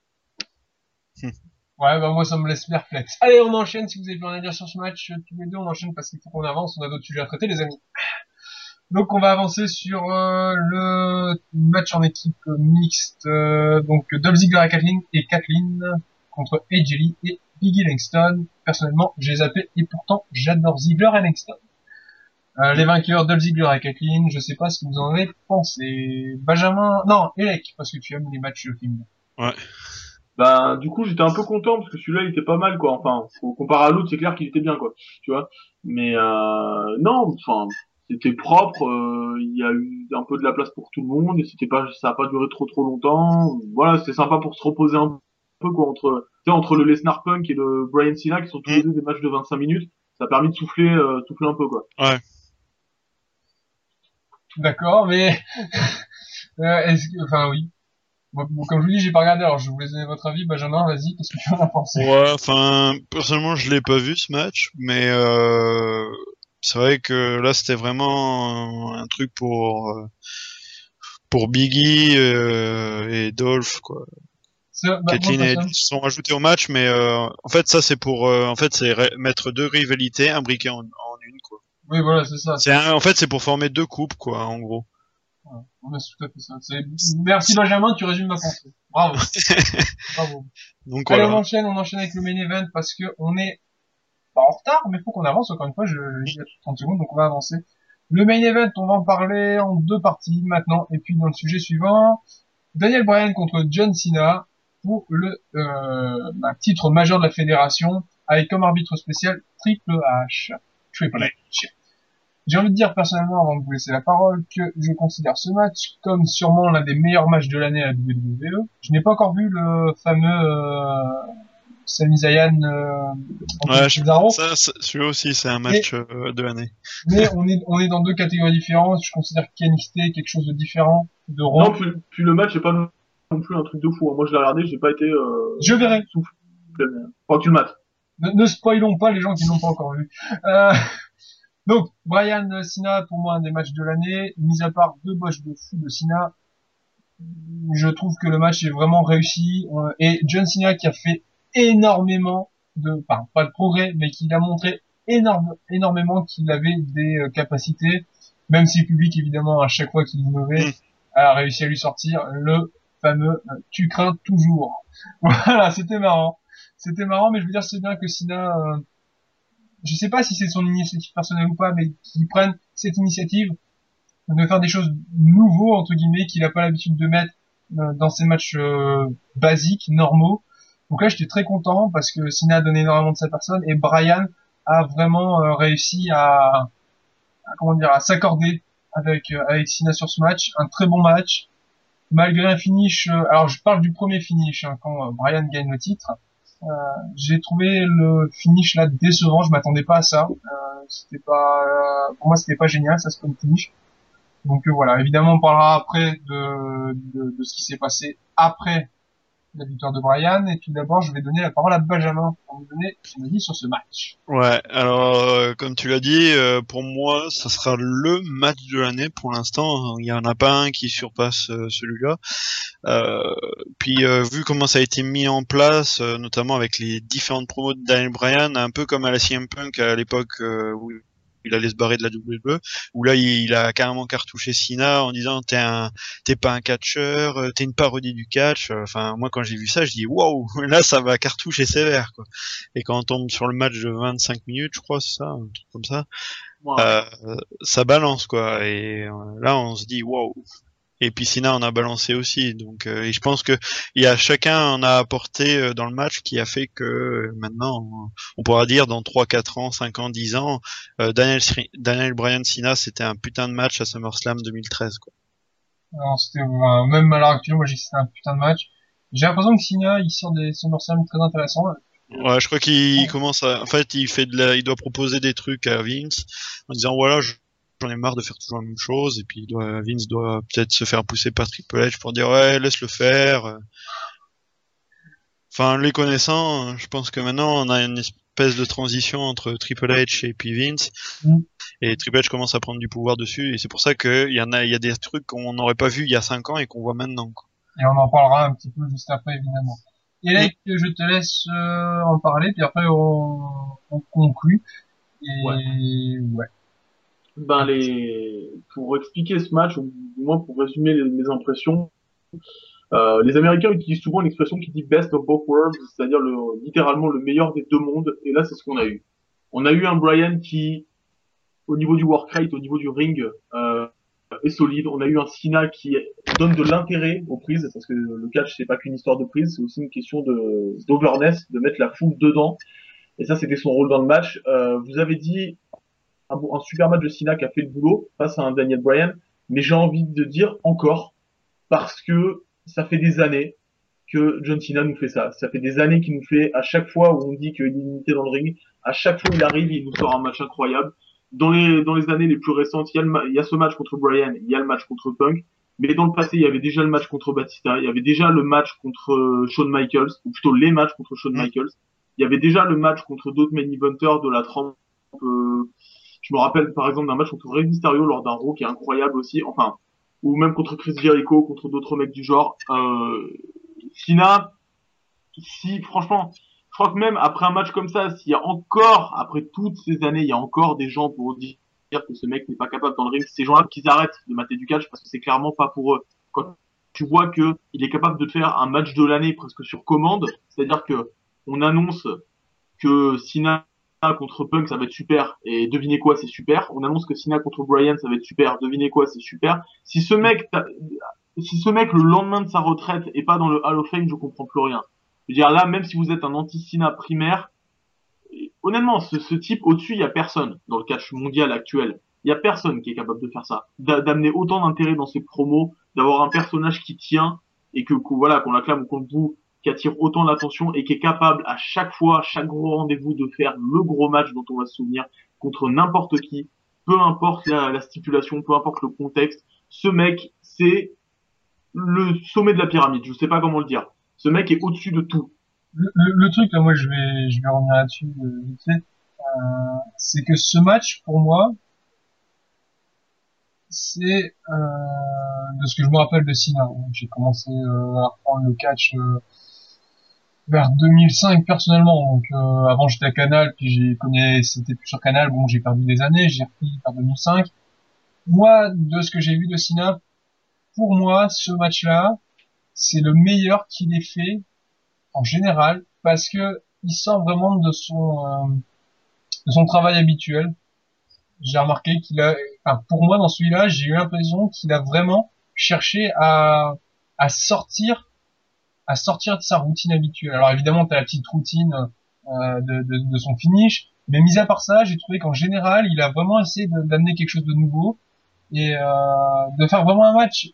[SPEAKER 4] pas. Ouais, bah moi ça me laisse perplexe. Allez, on enchaîne. Si vous avez plus rien à dire sur ce match, euh, tous les deux, on enchaîne parce qu'il faut qu'on avance. On a d'autres sujets à traiter, les amis. Donc on va avancer sur euh, le match en équipe mixte. Euh, donc Dolph Ziggler et Kathleen et Kathleen contre Edge Lee et Biggie Langston. Personnellement, j'ai zappé et pourtant j'adore Ziggler et Langston. Euh, les vainqueurs, Dolph Ziggler et Kathleen. Je sais pas ce que vous en avez pensé. Benjamin, non, Elec, parce que tu aimes les matchs féminins.
[SPEAKER 6] Ouais.
[SPEAKER 5] Ben, du coup, j'étais un peu content parce que celui-là, il était pas mal, quoi. Enfin, faut comparer à l'autre, c'est clair qu'il était bien, quoi. Tu vois. Mais euh, non, enfin, c'était propre. euh, Il y a eu un peu de la place pour tout le monde. Et c'était pas, ça a pas duré trop trop longtemps. Voilà, c'était sympa pour se reposer un peu, quoi, entre, tu sais, entre le Lesnar Punk et le Bryan Cena, qui sont tous les deux des matchs de vingt-cinq minutes. Ça a permis de souffler, euh, souffler un peu, quoi.
[SPEAKER 6] Ouais.
[SPEAKER 4] D'accord, mais euh, est-ce que, enfin oui. Bon, bon, comme je vous dis, j'ai pas regardé, alors je vous laisse donner votre avis. Benjamin, vas-y, qu'est-ce que tu en as pensé?
[SPEAKER 6] Ouais, enfin, personnellement, je l'ai pas vu ce match, mais euh, c'est vrai que là, c'était vraiment un truc pour euh, pour Biggie euh, et Dolph, quoi.
[SPEAKER 4] C'est- bah, moi,
[SPEAKER 6] Kathleen et Edge
[SPEAKER 4] personne-
[SPEAKER 6] se sont rajoutés au match, mais euh, en fait, ça, c'est pour, euh, en fait, c'est ré- mettre deux rivalités imbriquées en, en une, quoi.
[SPEAKER 4] Oui, voilà, c'est ça.
[SPEAKER 6] C'est un- en fait, c'est pour former deux coupes, quoi, en gros.
[SPEAKER 4] Ouais, on a tout à fait ça. C'est- Merci Benjamin, tu résumes ma pensée. Bravo. Bravo.
[SPEAKER 6] Donc
[SPEAKER 4] Allez, on
[SPEAKER 6] voilà.
[SPEAKER 4] enchaîne, on enchaîne avec le main event parce que on est pas en retard, mais faut qu'on avance encore une fois, je je dis à trente secondes, donc on va avancer. Le main event, on va en parler en deux parties maintenant, et puis dans le sujet suivant, Daniel Bryan contre John Cena pour le euh, bah, titre majeur de la fédération, avec comme arbitre spécial Triple H. Triple H. J'ai envie de dire personnellement, avant de vous laisser la parole, que je considère ce match comme sûrement l'un des meilleurs matchs de l'année à la W W E. Je n'ai pas encore vu le fameux euh, Sami Zayn euh, contre
[SPEAKER 6] Ouais, je-
[SPEAKER 4] Cesaro,
[SPEAKER 6] ça, ça- celui-là aussi, c'est un match euh, de l'année.
[SPEAKER 4] mais on est on est dans deux catégories différentes. Je considère qu'N X T est quelque chose de différent de Raw.
[SPEAKER 5] Non, puis, puis le match, c'est pas non plus un truc de fou. hein. Moi, je l'ai regardé, j'ai pas été. Euh,
[SPEAKER 4] Je verrai.
[SPEAKER 5] soufflé. Faut que tu le mates.
[SPEAKER 4] Ne, ne spoilons pas les gens qui n'ont pas encore vu. Euh, donc, Bryan Cena, pour moi, un des matchs de l'année. Mis à part deux botches de fou de Cena, je trouve que le match est vraiment réussi. Euh, et John Cena qui a fait énormément de, enfin, pas de progrès, mais qui a montré énorme, énormément qu'il avait des euh, capacités, même si le public, évidemment, à chaque fois qu'il innovait,
[SPEAKER 6] Mm.
[SPEAKER 4] a réussi à lui sortir le fameux euh, tu crains toujours. Voilà, c'était marrant. C'était marrant, mais je veux dire, c'est bien que Cena, euh, je sais pas si c'est son initiative personnelle ou pas, mais qu'il prenne cette initiative de faire des choses nouveaux, entre guillemets, qu'il a pas l'habitude de mettre euh, dans ses matchs euh, basiques, normaux. Donc là, j'étais très content parce que Cena a donné énormément de sa personne et Bryan a vraiment euh, réussi à, à, comment dire, à s'accorder avec euh, avec Cena sur ce match. Un très bon match, malgré un finish. Euh, alors, je parle du premier finish hein, quand euh, Bryan gagne le titre. Euh, j'ai trouvé le finish là décevant. Je m'attendais pas à ça. Euh, c'était pas, euh, pour moi, c'était pas génial. Ça, c'est pas une finish. Donc euh, voilà, évidemment, on parlera après de, de, de ce qui s'est passé après la victoire de Bryan. Et tout d'abord, je vais donner la parole à Benjamin pour nous donner son avis sur ce match.
[SPEAKER 6] Ouais, alors euh, comme tu l'as dit, euh, pour moi, ça sera le match de l'année pour l'instant. Il y en a pas un qui surpasse euh, celui-là. Euh, puis euh, vu comment ça a été mis en place, euh, notamment avec les différentes promos de Daniel Bryan, un peu comme à la C M Punk à l'époque euh, où il allait se barrer de la W W E, où là il, il a carrément cartouché Cena en disant t'es un t'es pas un catcheur, euh, t'es une parodie du catch. Enfin moi quand j'ai vu ça je dis waouh, là ça va cartoucher sévère quoi. Et quand on tombe sur le match de vingt-cinq minutes je crois c'est ça, un truc comme ça,
[SPEAKER 5] Ouais.
[SPEAKER 6] euh, ça balance quoi. Et euh, là on se dit waouh. Et puis Cena en a balancé aussi, donc euh, et je pense que il y a chacun en a apporté euh, dans le match qui a fait que euh, maintenant on, on pourra dire dans trois, quatre ans, cinq ans, dix ans, euh, Daniel Daniel Bryan Cena c'était un putain de match à SummerSlam deux mille treize quoi.
[SPEAKER 4] Alors, c'était, euh, même à l'heure actuelle, moi, j'ai que c'était un putain de match. J'ai l'impression que Cena, il sort des SummerSlam très intéressants.
[SPEAKER 6] Ouais, je crois qu'il commence à, en fait, il fait de la, il doit proposer des trucs à Vince en disant voilà, je- j'en ai marre de faire toujours la même chose, et puis il doit, Vince doit peut-être se faire pousser par Triple H pour dire ouais, laisse le faire. Enfin, les connaissant, je pense que maintenant on a une espèce de transition entre Triple H et puis Vince,
[SPEAKER 4] Mm.
[SPEAKER 6] et Triple H commence à prendre du pouvoir dessus, et c'est pour ça qu'il y en a, il y a des trucs qu'on n'aurait pas vu il y a cinq ans et qu'on voit maintenant, quoi.
[SPEAKER 4] Et on en parlera un petit peu juste après, évidemment. Eric, je te laisse euh, en parler, puis après, on, on conclut. Et ouais.
[SPEAKER 5] Ben les, pour expliquer ce match, ou du moins pour résumer les- mes impressions, euh, les Américains utilisent souvent une expression qui dit best of both worlds, c'est-à-dire le, littéralement le meilleur des deux mondes. Et là, c'est ce qu'on a eu. On a eu un Bryan qui, au niveau du work rate, au niveau du ring, euh, est solide. On a eu un Cena qui donne de l'intérêt aux prises, parce que le catch c'est pas qu'une histoire de prise, c'est aussi une question de d'overness, de mettre la foule dedans. Et ça, c'était son rôle dans le match. Euh, vous avez dit un, bon- un super match de Cena qui a fait le boulot face à un Daniel Bryan, mais j'ai envie de dire encore, parce que ça fait des années que John Cena nous fait ça. Ça fait des années qu'il nous fait, à chaque fois où on dit qu'il est limité dans le ring, à chaque fois il arrive, il nous sort un match incroyable. Dans les, dans les années les plus récentes, il y, a le, ma- il y a ce match contre Bryan, il y a le match contre Punk, mais dans le passé, il y avait déjà le match contre Batista, il y avait déjà le match contre euh, Shawn Michaels, ou plutôt les matchs contre Shawn
[SPEAKER 6] Mm.
[SPEAKER 5] Michaels. Il y avait déjà le match contre d'autres main eventers de la trempe. Euh, je me rappelle par exemple d'un match contre Rey Mysterio lors d'un Raw qui est incroyable aussi. Enfin, ou même contre Chris Jericho, contre d'autres mecs du genre. Euh, Cena, si franchement, je crois que même après un match comme ça, s'il y a encore, après toutes ces années, il y a encore des gens pour dire que ce mec n'est pas capable dans le ring, ces gens-là qu'ils arrêtent de mater du catch parce que c'est clairement pas pour eux. Quand tu vois que il est capable de faire un match de l'année presque sur commande, c'est-à-dire que on annonce que Cena contre Punk ça va être super, et devinez quoi, c'est super. On annonce que Cena contre Bryan ça va être super, devinez quoi, c'est super. Si ce mec, si ce mec le lendemain de sa retraite est pas dans le Hall of Fame, je comprends plus rien. Je veux dire là, même si vous êtes un anti-Cena primaire, honnêtement, ce, ce type au-dessus, il y a personne dans le catch mondial actuel. Il y a personne qui est capable de faire ça, D'a- d'amener autant d'intérêt dans ses promos, d'avoir un personnage qui tient et que, que voilà, qu'on l'acclame ou qu'on le boue, qui attire autant l'attention et qui est capable à chaque fois, à chaque gros rendez-vous, de faire le gros match dont on va se souvenir contre n'importe qui, peu importe la, la stipulation, peu importe le contexte. Ce mec, c'est le sommet de la pyramide. Je sais pas comment le dire. Ce mec est au-dessus de tout.
[SPEAKER 4] le, le, le truc là, moi je vais je vais revenir là-dessus euh, vite fait. Euh, c'est que ce match pour moi, c'est euh, de ce que je me rappelle de Cena. J'ai commencé euh, à reprendre le catch euh, vers deux mille cinq personnellement. Donc euh, avant j'étais à Canal, puis j'ai connais c'était plus sur Canal. Bon, j'ai perdu des années, j'ai repris vers deux mille cinq. Moi, de ce que j'ai vu de Cena, pour moi, ce match-là, c'est le meilleur qu'il ait fait en général, parce que il sort vraiment de son euh, de son travail habituel. J'ai remarqué qu'il a, enfin, pour moi, dans celui-là, j'ai eu l'impression qu'il a vraiment cherché à à sortir à sortir de sa routine habituelle. Alors évidemment, t'as la petite routine euh, de, de, de son finish, mais mis à part ça, j'ai trouvé qu'en général, il a vraiment essayé de- d'amener quelque chose de nouveau et euh, de faire vraiment un match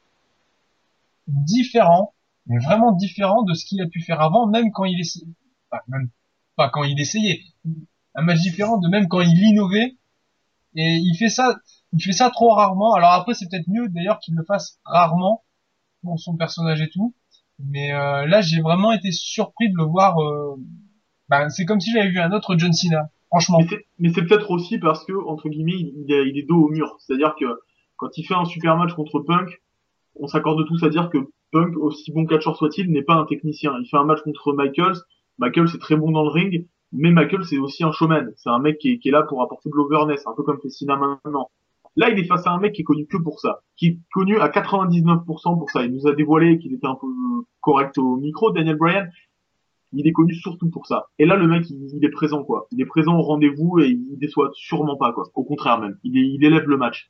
[SPEAKER 4] différent, mais vraiment différent de ce qu'il a pu faire avant, même quand il essayait, enfin, même pas quand il essayait, un match différent de même quand il innovait, et il fait ça, il fait ça trop rarement. Alors après, c'est peut-être mieux d'ailleurs qu'il le fasse rarement pour son personnage et tout, mais euh, là, j'ai vraiment été surpris de le voir. Euh, ben, c'est comme si j'avais vu un autre John Cena, franchement.
[SPEAKER 5] Mais c'est, mais c'est peut-être aussi parce que, entre guillemets, il, il est, il est dos au mur. C'est-à-dire que quand il fait un super match contre Punk, on s'accorde tous à dire que Punk, aussi bon catcheur soit-il, n'est pas un technicien. Il fait un match contre Michaels. Michaels est très bon dans le ring, mais Michaels c'est aussi un showman. C'est un mec qui est, qui est là pour apporter de l'overness, un peu comme fait Cena maintenant. Là, il est face à un mec qui est connu que pour ça, qui est connu à quatre-vingt-dix-neuf pour cent pour ça. Il nous a dévoilé qu'il était un peu correct au micro, Daniel Bryan. Il est connu surtout pour ça. Et là, le mec, il, il est présent, quoi. Il est présent au rendez-vous et il déçoit sûrement pas, quoi. Au contraire, même. Il, est, il élève le match.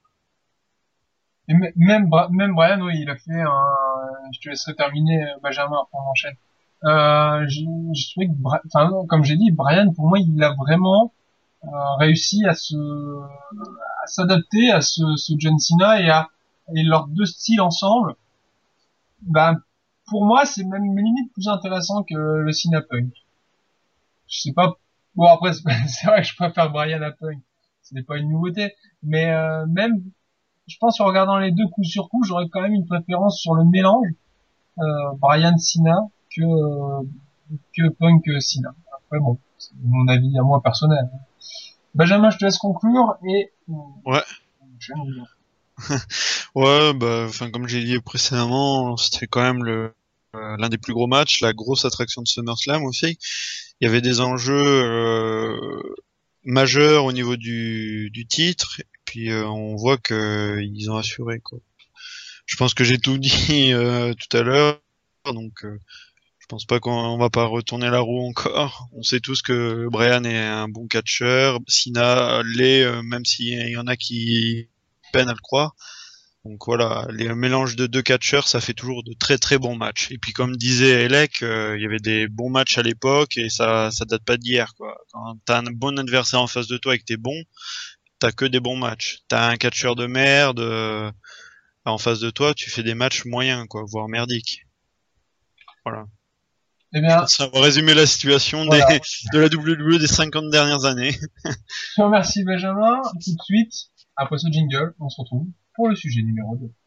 [SPEAKER 4] Et m- même, Bra- même Brian, oui, il a fait un, je te laisserai terminer, euh, Benjamin, après on enchaîne. Euh, j'ai j'ai trouvé que, Bra- enfin, comme j'ai dit, Brian, pour moi, il a vraiment euh, réussi à se, à s'adapter à ce, ce John Cena et à, et leurs deux styles ensemble. Ben, pour moi, c'est même limite plus intéressant que le Cena Punk. Je sais pas, bon après, c'est c'est vrai que je préfère Brian à Punk. Ce n'est pas une nouveauté, mais euh, même je pense qu'en regardant les deux coup sur coup, j'aurais quand même une préférence sur le mélange euh, Brian Cena que euh, que Punk Cena. Après bon, c'est mon avis à moi personnel. Benjamin, je te laisse conclure et euh,
[SPEAKER 6] Ouais.
[SPEAKER 4] je vais nous-
[SPEAKER 6] Ouais, bah, enfin, comme j'ai dit précédemment, c'était quand même le, euh, l'un des plus gros matchs, la grosse attraction de SummerSlam aussi. Il y avait des enjeux euh, majeurs au niveau du, du titre, et puis euh, on voit que ils ont assuré, quoi. Je pense que j'ai tout dit euh, tout à l'heure, donc euh, je pense pas qu'on on va pas retourner la roue encore. On sait tous que Brian est un bon catcheur, Cena l'est, euh, même s'il y en a qui peinent à le croire. Donc voilà, les mélanges de deux catcheurs, ça fait toujours de très très bons matchs. Et puis comme disait Elec, euh, il y avait des bons matchs à l'époque et ça ça date pas d'hier, quoi. Quand t'as un bon adversaire en face de toi et que t'es bon, t'as que des bons matchs. T'as un catcheur de merde euh, en face de toi, tu fais des matchs moyens, quoi, voire merdiques. Voilà.
[SPEAKER 4] Eh
[SPEAKER 6] Je
[SPEAKER 4] bien,
[SPEAKER 6] pense avoir résumé la situation des,
[SPEAKER 4] voilà.
[SPEAKER 6] de la W W E des cinquante dernières années.
[SPEAKER 4] Je te remercie Benjamin. Tout de suite, après ce jingle, on se retrouve pour le sujet numéro deux.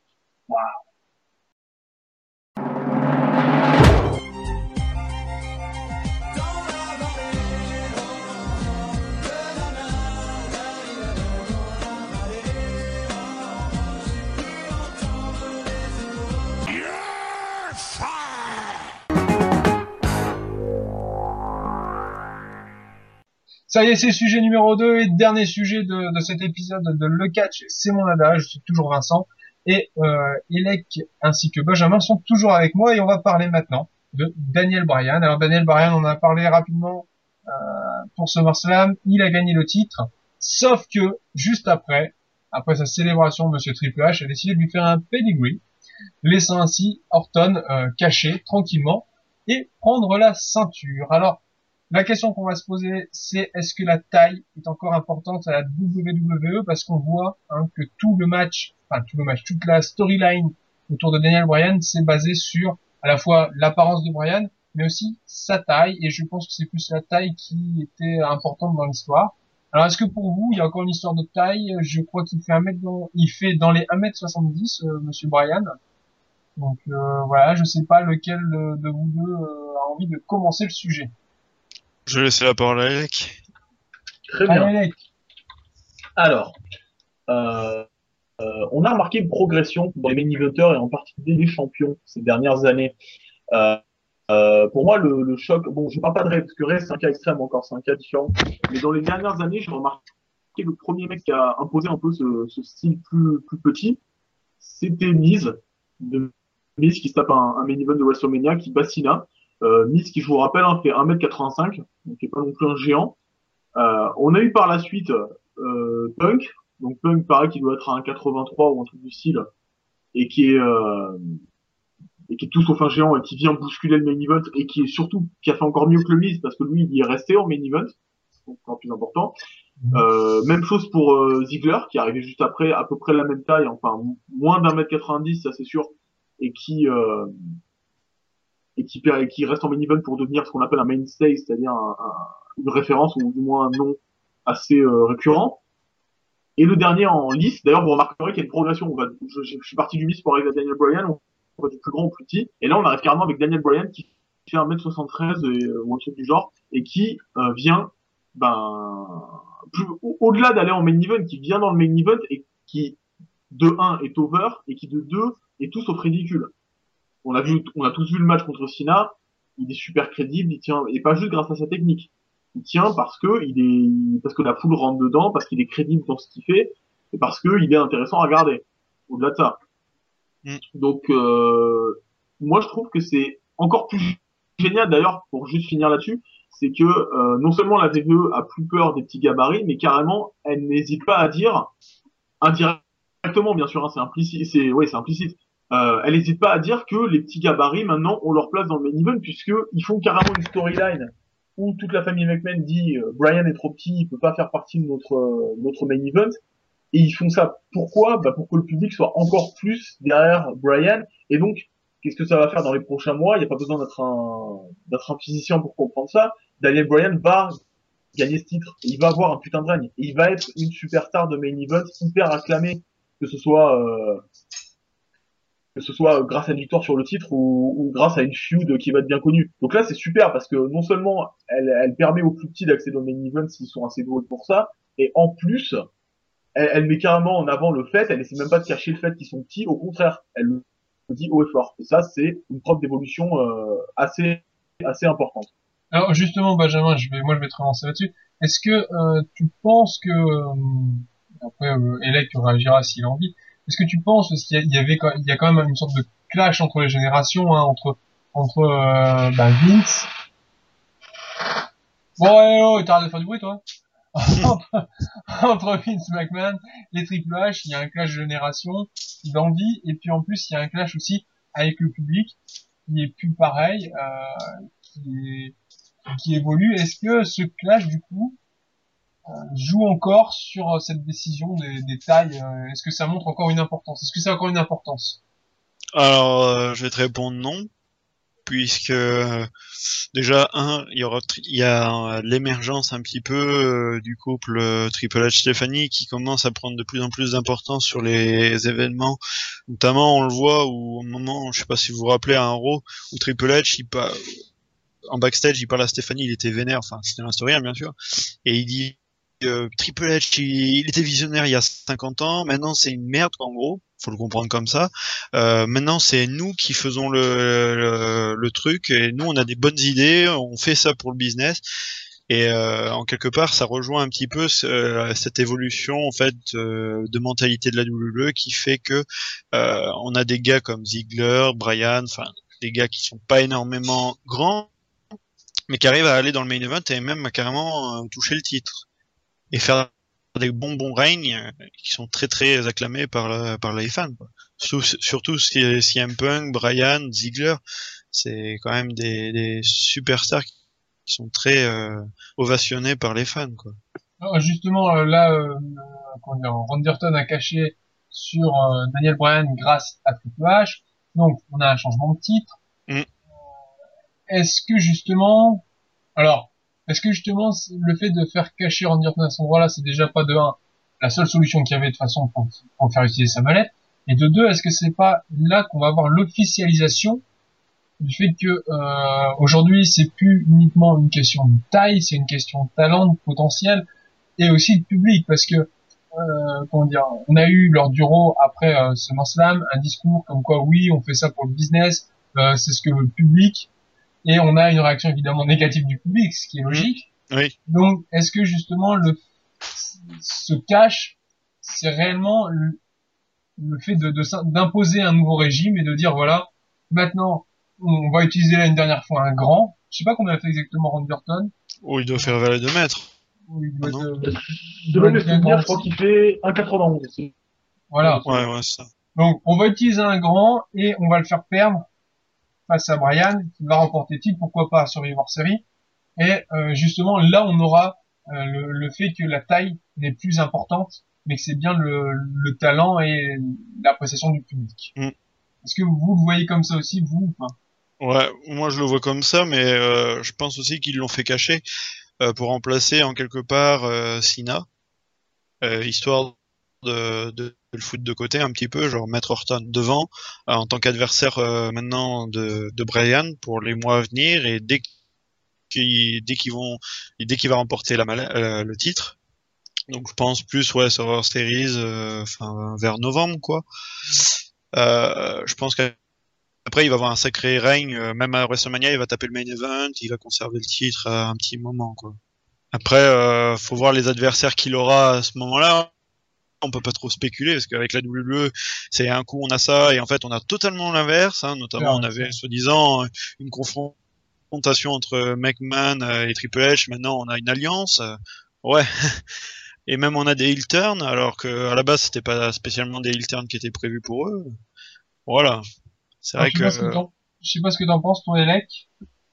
[SPEAKER 4] Ça y est, c'est le sujet numéro deux et dernier sujet de, de cet épisode de Le Catch, c'est mon adage, je suis toujours Vincent, et euh, Elec ainsi que Benjamin sont toujours avec moi et on va parler maintenant de Daniel Bryan. Alors Daniel Bryan, on en a parlé rapidement euh, pour SummerSlam, il a gagné le titre, sauf que juste après, après sa célébration, Monsieur Triple H a décidé de lui faire un pedigree, laissant ainsi Orton euh, caché tranquillement et prendre la ceinture. Alors, la question qu'on va se poser, c'est est-ce que la taille est encore importante à la W W E, parce qu'on voit hein, que tout le match, enfin tout le match, toute la storyline autour de Daniel Bryan, c'est basé sur à la fois l'apparence de Bryan, mais aussi sa taille, et je pense que c'est plus la taille qui était importante dans l'histoire. Alors est-ce que pour vous, il y a encore une histoire de taille? Je crois qu'il fait un mètre dans, il fait dans les un mètre soixante-dix, euh, Monsieur Bryan. Donc euh, voilà, je sais pas lequel de, de vous deux euh, a envie de commencer le sujet?
[SPEAKER 6] Je laisse la parole à Alec.
[SPEAKER 5] Très bien.
[SPEAKER 4] Allez, Alec.
[SPEAKER 5] Alors, euh, euh, on a remarqué une progression dans les main eventers et en particulier les champions ces dernières années. Euh, euh, pour moi, le, le choc, bon, je parle pas de Ray, parce que Ray, c'est un cas extrême encore, c'est un cas différent. Mais dans les dernières années, j'ai remarqué que le premier mec qui a imposé un peu ce, ce style plus, plus petit, c'était Miz, de Miz qui se tape un, un main event de WrestleMania, qui bat Cena. Euh, Miz, qui je vous rappelle, hein, fait un mètre quatre-vingt-cinq, donc qui est pas non plus un géant. Euh, on a eu par la suite euh, Punk, donc Punk pareil qui doit être à un mètre quatre-vingt-trois ou un truc du style, et qui est euh, et qui est tout sauf un géant et qui vient bousculer le main event et qui est surtout qui a fait encore mieux que le Miz parce que lui il y est resté en main event, donc encore plus important. Euh, même chose pour euh, Ziggler qui est arrivé juste après, à peu près la même taille, enfin moins d'un mètre quatre-vingt-dix, ça c'est sûr, et qui euh, et qui, et qui reste en main event pour devenir ce qu'on appelle un mainstay, c'est-à-dire un, un, une référence ou du moins un nom assez euh, récurrent. Et le dernier en lice, d'ailleurs vous remarquerez qu'il y a une progression. On va, je, je, je suis parti du Miz pour arriver à Daniel Bryan, on va du plus grand au plus petit, et là on arrive carrément avec Daniel Bryan qui fait un mètre soixante-treize et, euh, ou un truc du genre, et qui euh, vient, ben, plus, au, au-delà d'aller en main event, qui vient dans le main event et qui de un est over et qui de deux est tout sauf ridicule. On a vu, on a tous vu le match contre Cena, il est super crédible, il tient, et pas juste grâce à sa technique. Il tient parce que il est, parce que la foule rentre dedans, parce qu'il est crédible dans ce qu'il fait, et parce que il est intéressant à regarder. Au-delà de ça. Mm. Donc, euh, moi je trouve que c'est encore plus génial d'ailleurs, pour juste finir là-dessus, c'est que euh, non seulement la V V E a plus peur des petits gabarits, mais carrément elle n'hésite pas à dire, indirectement bien sûr, hein, c'est implicite, c'est, ouais, c'est implicite. Euh, elle n'hésite pas à dire que les petits gabarits maintenant ont leur place dans le main event puisque ils font carrément une storyline où toute la famille McMahon dit euh, Bryan est trop petit, il peut pas faire partie de notre euh, notre main event, et ils font ça pourquoi? Bah pour que le public soit encore plus derrière Bryan. Et donc qu'est-ce que ça va faire dans les prochains mois? Il y a pas besoin d'être un d'être un physicien pour comprendre ça. Daniel Bryan va gagner ce titre, et il va avoir un putain de règne, et il va être une superstar de main event hyper acclamée, que ce soit euh, que ce soit grâce à une victoire sur le titre ou, ou grâce à une feud qui va être bien connue. Donc là, c'est super parce que non seulement elle, elle permet aux plus petits d'accéder au main event s'ils sont assez doués pour ça, et en plus, elle, elle met carrément en avant le fait, elle essaie même pas de cacher le fait qu'ils sont petits, au contraire, elle le dit haut et fort. Et ça, c'est une preuve d'évolution euh, assez assez importante.
[SPEAKER 4] Alors justement, Benjamin, je vais, moi je vais te relancer là-dessus. Est-ce que euh, tu penses que, euh, après euh, Elec réagira s'il a envie, est-ce que tu penses qu'il y, a, il y avait il y a quand même une sorte de clash entre les générations, hein, entre entre euh, bah, Vince. Bon, ouais, oh, t'arrêtes de faire du bruit, toi. entre, entre Vince McMahon, les Triple H, il y a un clash de génération, d'envie, et puis en plus il y a un clash aussi avec le public qui est plus pareil, euh, qui est, qui évolue. Est-ce que ce clash du coup joue encore sur cette décision des, des tailles? Est-ce que ça montre encore une importance? Est-ce que c'est encore une importance?
[SPEAKER 6] Alors, euh, je vais te répondre non, puisque euh, déjà un, il y aura, il y a euh, l'émergence un petit peu euh, du couple euh, Triple H Stephanie qui commence à prendre de plus en plus d'importance sur les événements. Notamment, on le voit où au moment, je sais pas si vous vous rappelez, à un Raw où Triple H, il pas en backstage, il parle à Stephanie, il était vénère, enfin c'était un story, bien sûr, et il dit Euh, Triple H, il, il était visionnaire il y a cinquante ans, maintenant c'est une merde en gros, faut le comprendre comme ça. Euh, maintenant c'est nous qui faisons le, le, le truc, et nous on a des bonnes idées, on fait ça pour le business, et euh, en quelque part ça rejoint un petit peu ce, cette évolution en fait euh, de mentalité de la W W E qui fait que euh, on a des gars comme Ziggler, Bryan, enfin des gars qui sont pas énormément grands, mais qui arrivent à aller dans le main event et même à carrément euh, toucher le titre. Et faire des bons bons règnes euh, qui sont très très acclamés par la, par les fans, quoi. Surtout, surtout C M Punk, Bryan, Ziggler, c'est quand même des, des superstars qui sont très euh, ovationnés par les fans, quoi.
[SPEAKER 4] Alors justement, euh, là, euh, comment dire, Randy Orton a caché sur euh, Daniel Bryan grâce à Triple H, donc on a un changement de titre.
[SPEAKER 6] Mm.
[SPEAKER 4] Est-ce que justement, alors Est-ce que justement le fait de faire cacher Randy Orton à cet endroit-là, c'est déjà pas de un la seule solution qu'il y avait de toute façon pour, pour faire utiliser sa mallette, et de deux, est-ce que c'est pas là qu'on va avoir l'officialisation du fait que euh, aujourd'hui c'est plus uniquement une question de taille, c'est une question de talent, de potentiel et aussi de public, parce que euh, comment dire, on a eu lors du Raw après euh, SummerSlam un discours comme quoi oui on fait ça pour le business, euh, c'est ce que veut le public, et on a une réaction évidemment négative du public, ce qui est logique.
[SPEAKER 6] Oui.
[SPEAKER 4] Donc est-ce que justement le ce cash c'est réellement le, le fait de, de d'imposer un nouveau régime et de dire voilà maintenant on va utiliser là une dernière fois un grand, je sais pas combien a fait exactement Randy Orton.
[SPEAKER 6] Oh, il doit faire valet de mètres.
[SPEAKER 4] Où il doit
[SPEAKER 6] Ah non.
[SPEAKER 4] être, euh,
[SPEAKER 5] De
[SPEAKER 4] Ouais,
[SPEAKER 5] mes
[SPEAKER 4] bien
[SPEAKER 5] souvenirs,
[SPEAKER 4] grand
[SPEAKER 5] je crois
[SPEAKER 4] aussi.
[SPEAKER 5] qu'il fait un quatre-vingt-onze aussi.
[SPEAKER 4] Voilà.
[SPEAKER 6] Ouais, ouais, ça.
[SPEAKER 4] Donc on va utiliser un grand et on va le faire perdre face à Bryan qui va remporter le titre, pourquoi pas à Survivor Series. Et euh, justement là on aura euh, le, le fait que la taille n'est plus importante, mais que c'est bien le, le talent et l'appréciation du public.
[SPEAKER 6] Mm.
[SPEAKER 4] Est-ce que vous le voyez comme ça aussi, vous ou pas?
[SPEAKER 6] Ouais, moi je le vois comme ça, mais euh, je pense aussi qu'ils l'ont fait cacher euh, pour remplacer en quelque part euh, Cena, euh, histoire de, de, de le foutre de côté un petit peu, genre mettre Orton devant euh, en tant qu'adversaire euh, maintenant de, de Bryan pour les mois à venir, et dès qu'ils dès qu'ils vont dès qu'il va remporter la mala- euh, le titre. Donc je pense plus ouais Survivor Series, euh, enfin vers novembre quoi. Euh, je pense qu'après il va avoir un sacré règne, euh, même à WrestleMania il va taper le main event, il va conserver le titre à un petit moment quoi. Après euh, faut voir les adversaires qu'il aura à ce moment-là. On peut pas trop spéculer parce qu'avec la W W E c'est un coup on a ça et en fait on a totalement l'inverse, hein. Notamment on avait soi-disant une confrontation entre McMahon et Triple H, maintenant on a une alliance. Ouais. Et même on a des heel turns, alors que à la base c'était pas spécialement des heel turns qui étaient prévus pour eux. Voilà. C'est
[SPEAKER 4] Alors,
[SPEAKER 6] vrai
[SPEAKER 4] je sais
[SPEAKER 6] que.
[SPEAKER 4] pas ce que t'en, je sais pas ce que t'en penses, toi, Elec.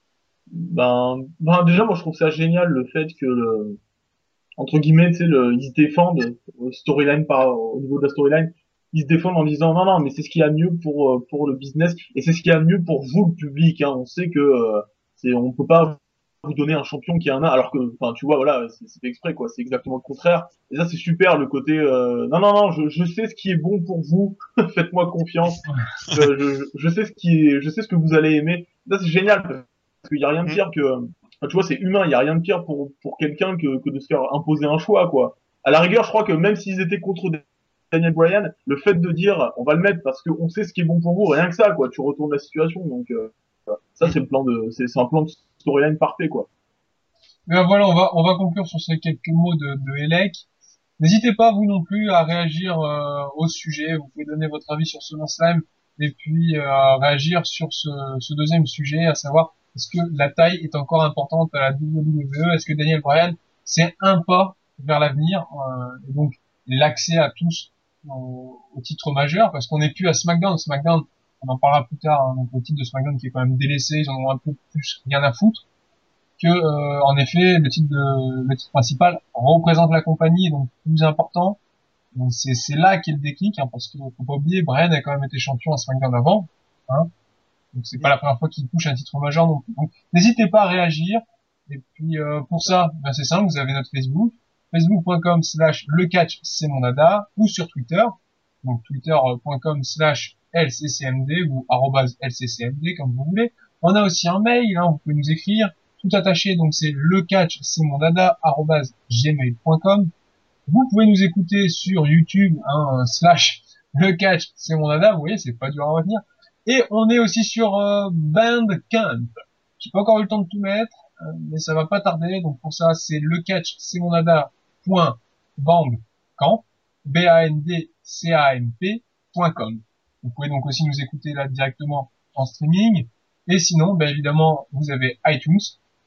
[SPEAKER 5] Ben, ben, déjà, moi, je trouve ça génial le fait que le, entre guillemets, tu sais, le, ils se défendent au storyline par, au niveau de la storyline. Ils se défendent en disant non, non, mais c'est ce qu'il y a de mieux pour, euh, pour le business et c'est ce qu'il y a de mieux pour vous, le public, hein. On sait que, euh, c'est, on peut pas vous donner un champion qui en a, alors que, enfin, tu vois, voilà, c'est, c'est fait exprès, quoi. C'est exactement le contraire. Et ça, c'est super, le côté, euh, non, non, non, je, je sais ce qui est bon pour vous. Faites-moi confiance. Euh, je, je, je sais ce qui est, je sais ce que vous allez aimer. Ça, c'est génial parce qu'il y a rien de pire que, enfin, tu vois, c'est humain. Il y a rien de pire pour, pour quelqu'un que, que de se faire imposer un choix, quoi. À la rigueur, je crois que même s'ils étaient contre Daniel Bryan, le fait de dire on va le mettre parce qu'on sait ce qui est bon pour vous, rien que ça, quoi, tu retournes la situation. Donc euh, ça, c'est le plan de, c'est, c'est un plan de storyline parfait, quoi.
[SPEAKER 4] Mais voilà, on va, on va conclure sur ces quelques mots de, de Elec. N'hésitez pas, vous non plus, à réagir euh, au sujet. Vous pouvez donner votre avis sur SummerSlam et puis euh, réagir sur ce, ce deuxième sujet, à savoir est-ce que la taille est encore importante à la W W E? Est-ce que Daniel Bryan c'est un pas vers l'avenir euh, et donc l'accès à tous au, au titre majeur, parce qu'on n'est plus à SmackDown. SmackDown, on en parlera plus tard, hein, donc le titre de SmackDown qui est quand même délaissé, ils en ont un peu plus rien à foutre. Que euh, en effet le titre de le titre principal représente la compagnie, donc plus important. Donc c'est c'est là qu'est le déclic, hein, parce que faut pas oublier, Bryan a quand même été champion à SmackDown avant, hein. Donc c'est pas la première fois qu'il touche un titre majeur non plus. Donc n'hésitez pas à réagir. Et puis euh, pour ça, ben c'est simple, vous avez notre Facebook, facebook point com slash le catch c'est mon dada, ou sur Twitter, donc twitter point com slash L C C M D ou arobase L C C M D comme vous voulez. On a aussi un mail, hein, vous pouvez nous écrire, tout attaché, donc c'est le catch c'est mon dada arobase gmail point com. Vous pouvez nous écouter sur YouTube, hein, slash le catch c'est mon dada, vous voyez, c'est pas dur à retenir. Et on est aussi sur euh, Bandcamp. J'ai pas encore eu le temps de tout mettre, euh, mais ça va pas tarder. Donc pour ça, c'est le catch c'est mon dada point bandcamp, b a n d c a m p point com. Vous pouvez donc aussi nous écouter là directement en streaming. Et sinon, ben évidemment, vous avez iTunes,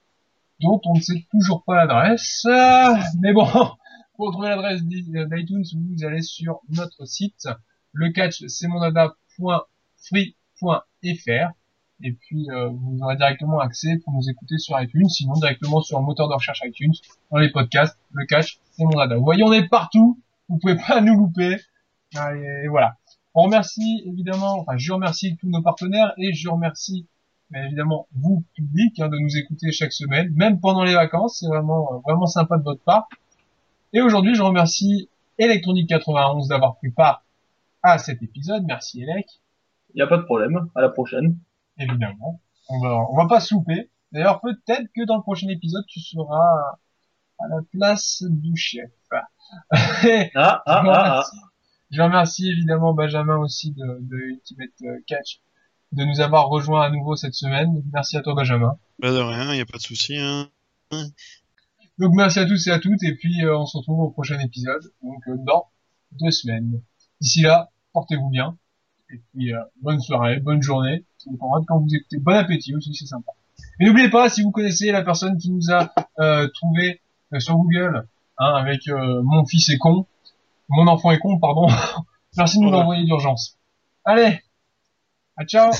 [SPEAKER 4] dont on ne sait toujours pas l'adresse. Euh, mais bon, pour retrouver l'adresse d'iTunes, vous allez sur notre site, le catch c'est mon dada point free point f r. Et puis, euh, vous aurez directement accès pour nous écouter sur iTunes, sinon directement sur le moteur de recherche iTunes, dans les podcasts, le catch, c'est mon dada. Vous voyez, on est partout, vous pouvez pas nous louper, et voilà. On remercie évidemment, enfin je remercie tous nos partenaires, et je remercie mais évidemment vous, public, hein, de nous écouter chaque semaine, même pendant les vacances, c'est vraiment, euh, vraiment sympa de votre part. Et aujourd'hui, je remercie Electronic quatre-vingt-onze d'avoir pris part à cet épisode, merci Elec.
[SPEAKER 5] Il y a pas de problème, à la prochaine.
[SPEAKER 4] Évidemment. On va, on va pas souper. D'ailleurs, peut-être que dans le prochain épisode, tu seras à la place du chef.
[SPEAKER 5] Ah, ah,
[SPEAKER 4] je,
[SPEAKER 5] ah,
[SPEAKER 4] remercie,
[SPEAKER 5] ah.
[SPEAKER 4] je remercie évidemment Benjamin aussi de, de Ultimate Catch de nous avoir rejoint à nouveau cette semaine. Merci à toi Benjamin.
[SPEAKER 6] Bah de rien, y a pas de souci. Hein.
[SPEAKER 4] Donc merci à tous et à toutes et puis euh, on se retrouve au prochain épisode, donc euh, dans deux semaines. D'ici là, portez-vous bien et puis euh, bonne soirée, bonne journée. Ça dépendra de quand vous écoutez. Bon appétit aussi, c'est sympa. Et n'oubliez pas, si vous connaissez la personne qui nous a euh, trouvé euh, sur Google, hein, avec euh, mon fils est con, mon enfant est con, pardon. Merci de nous l'envoyer d'urgence. Allez, à ciao.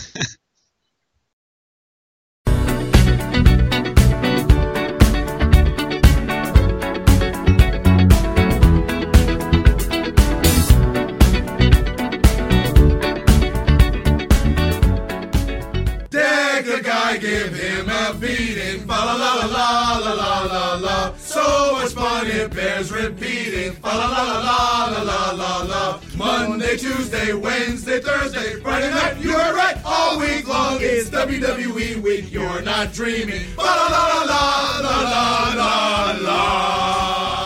[SPEAKER 1] Take the guy, give him a beating. Fa la la la la la la la. So much fun it bears repeating. Fa la la la la la la la. Monday, Tuesday, Wednesday, Thursday, Friday night. You heard right. All week long it's W W E week. You're not dreaming. Fa la la la la la la la la.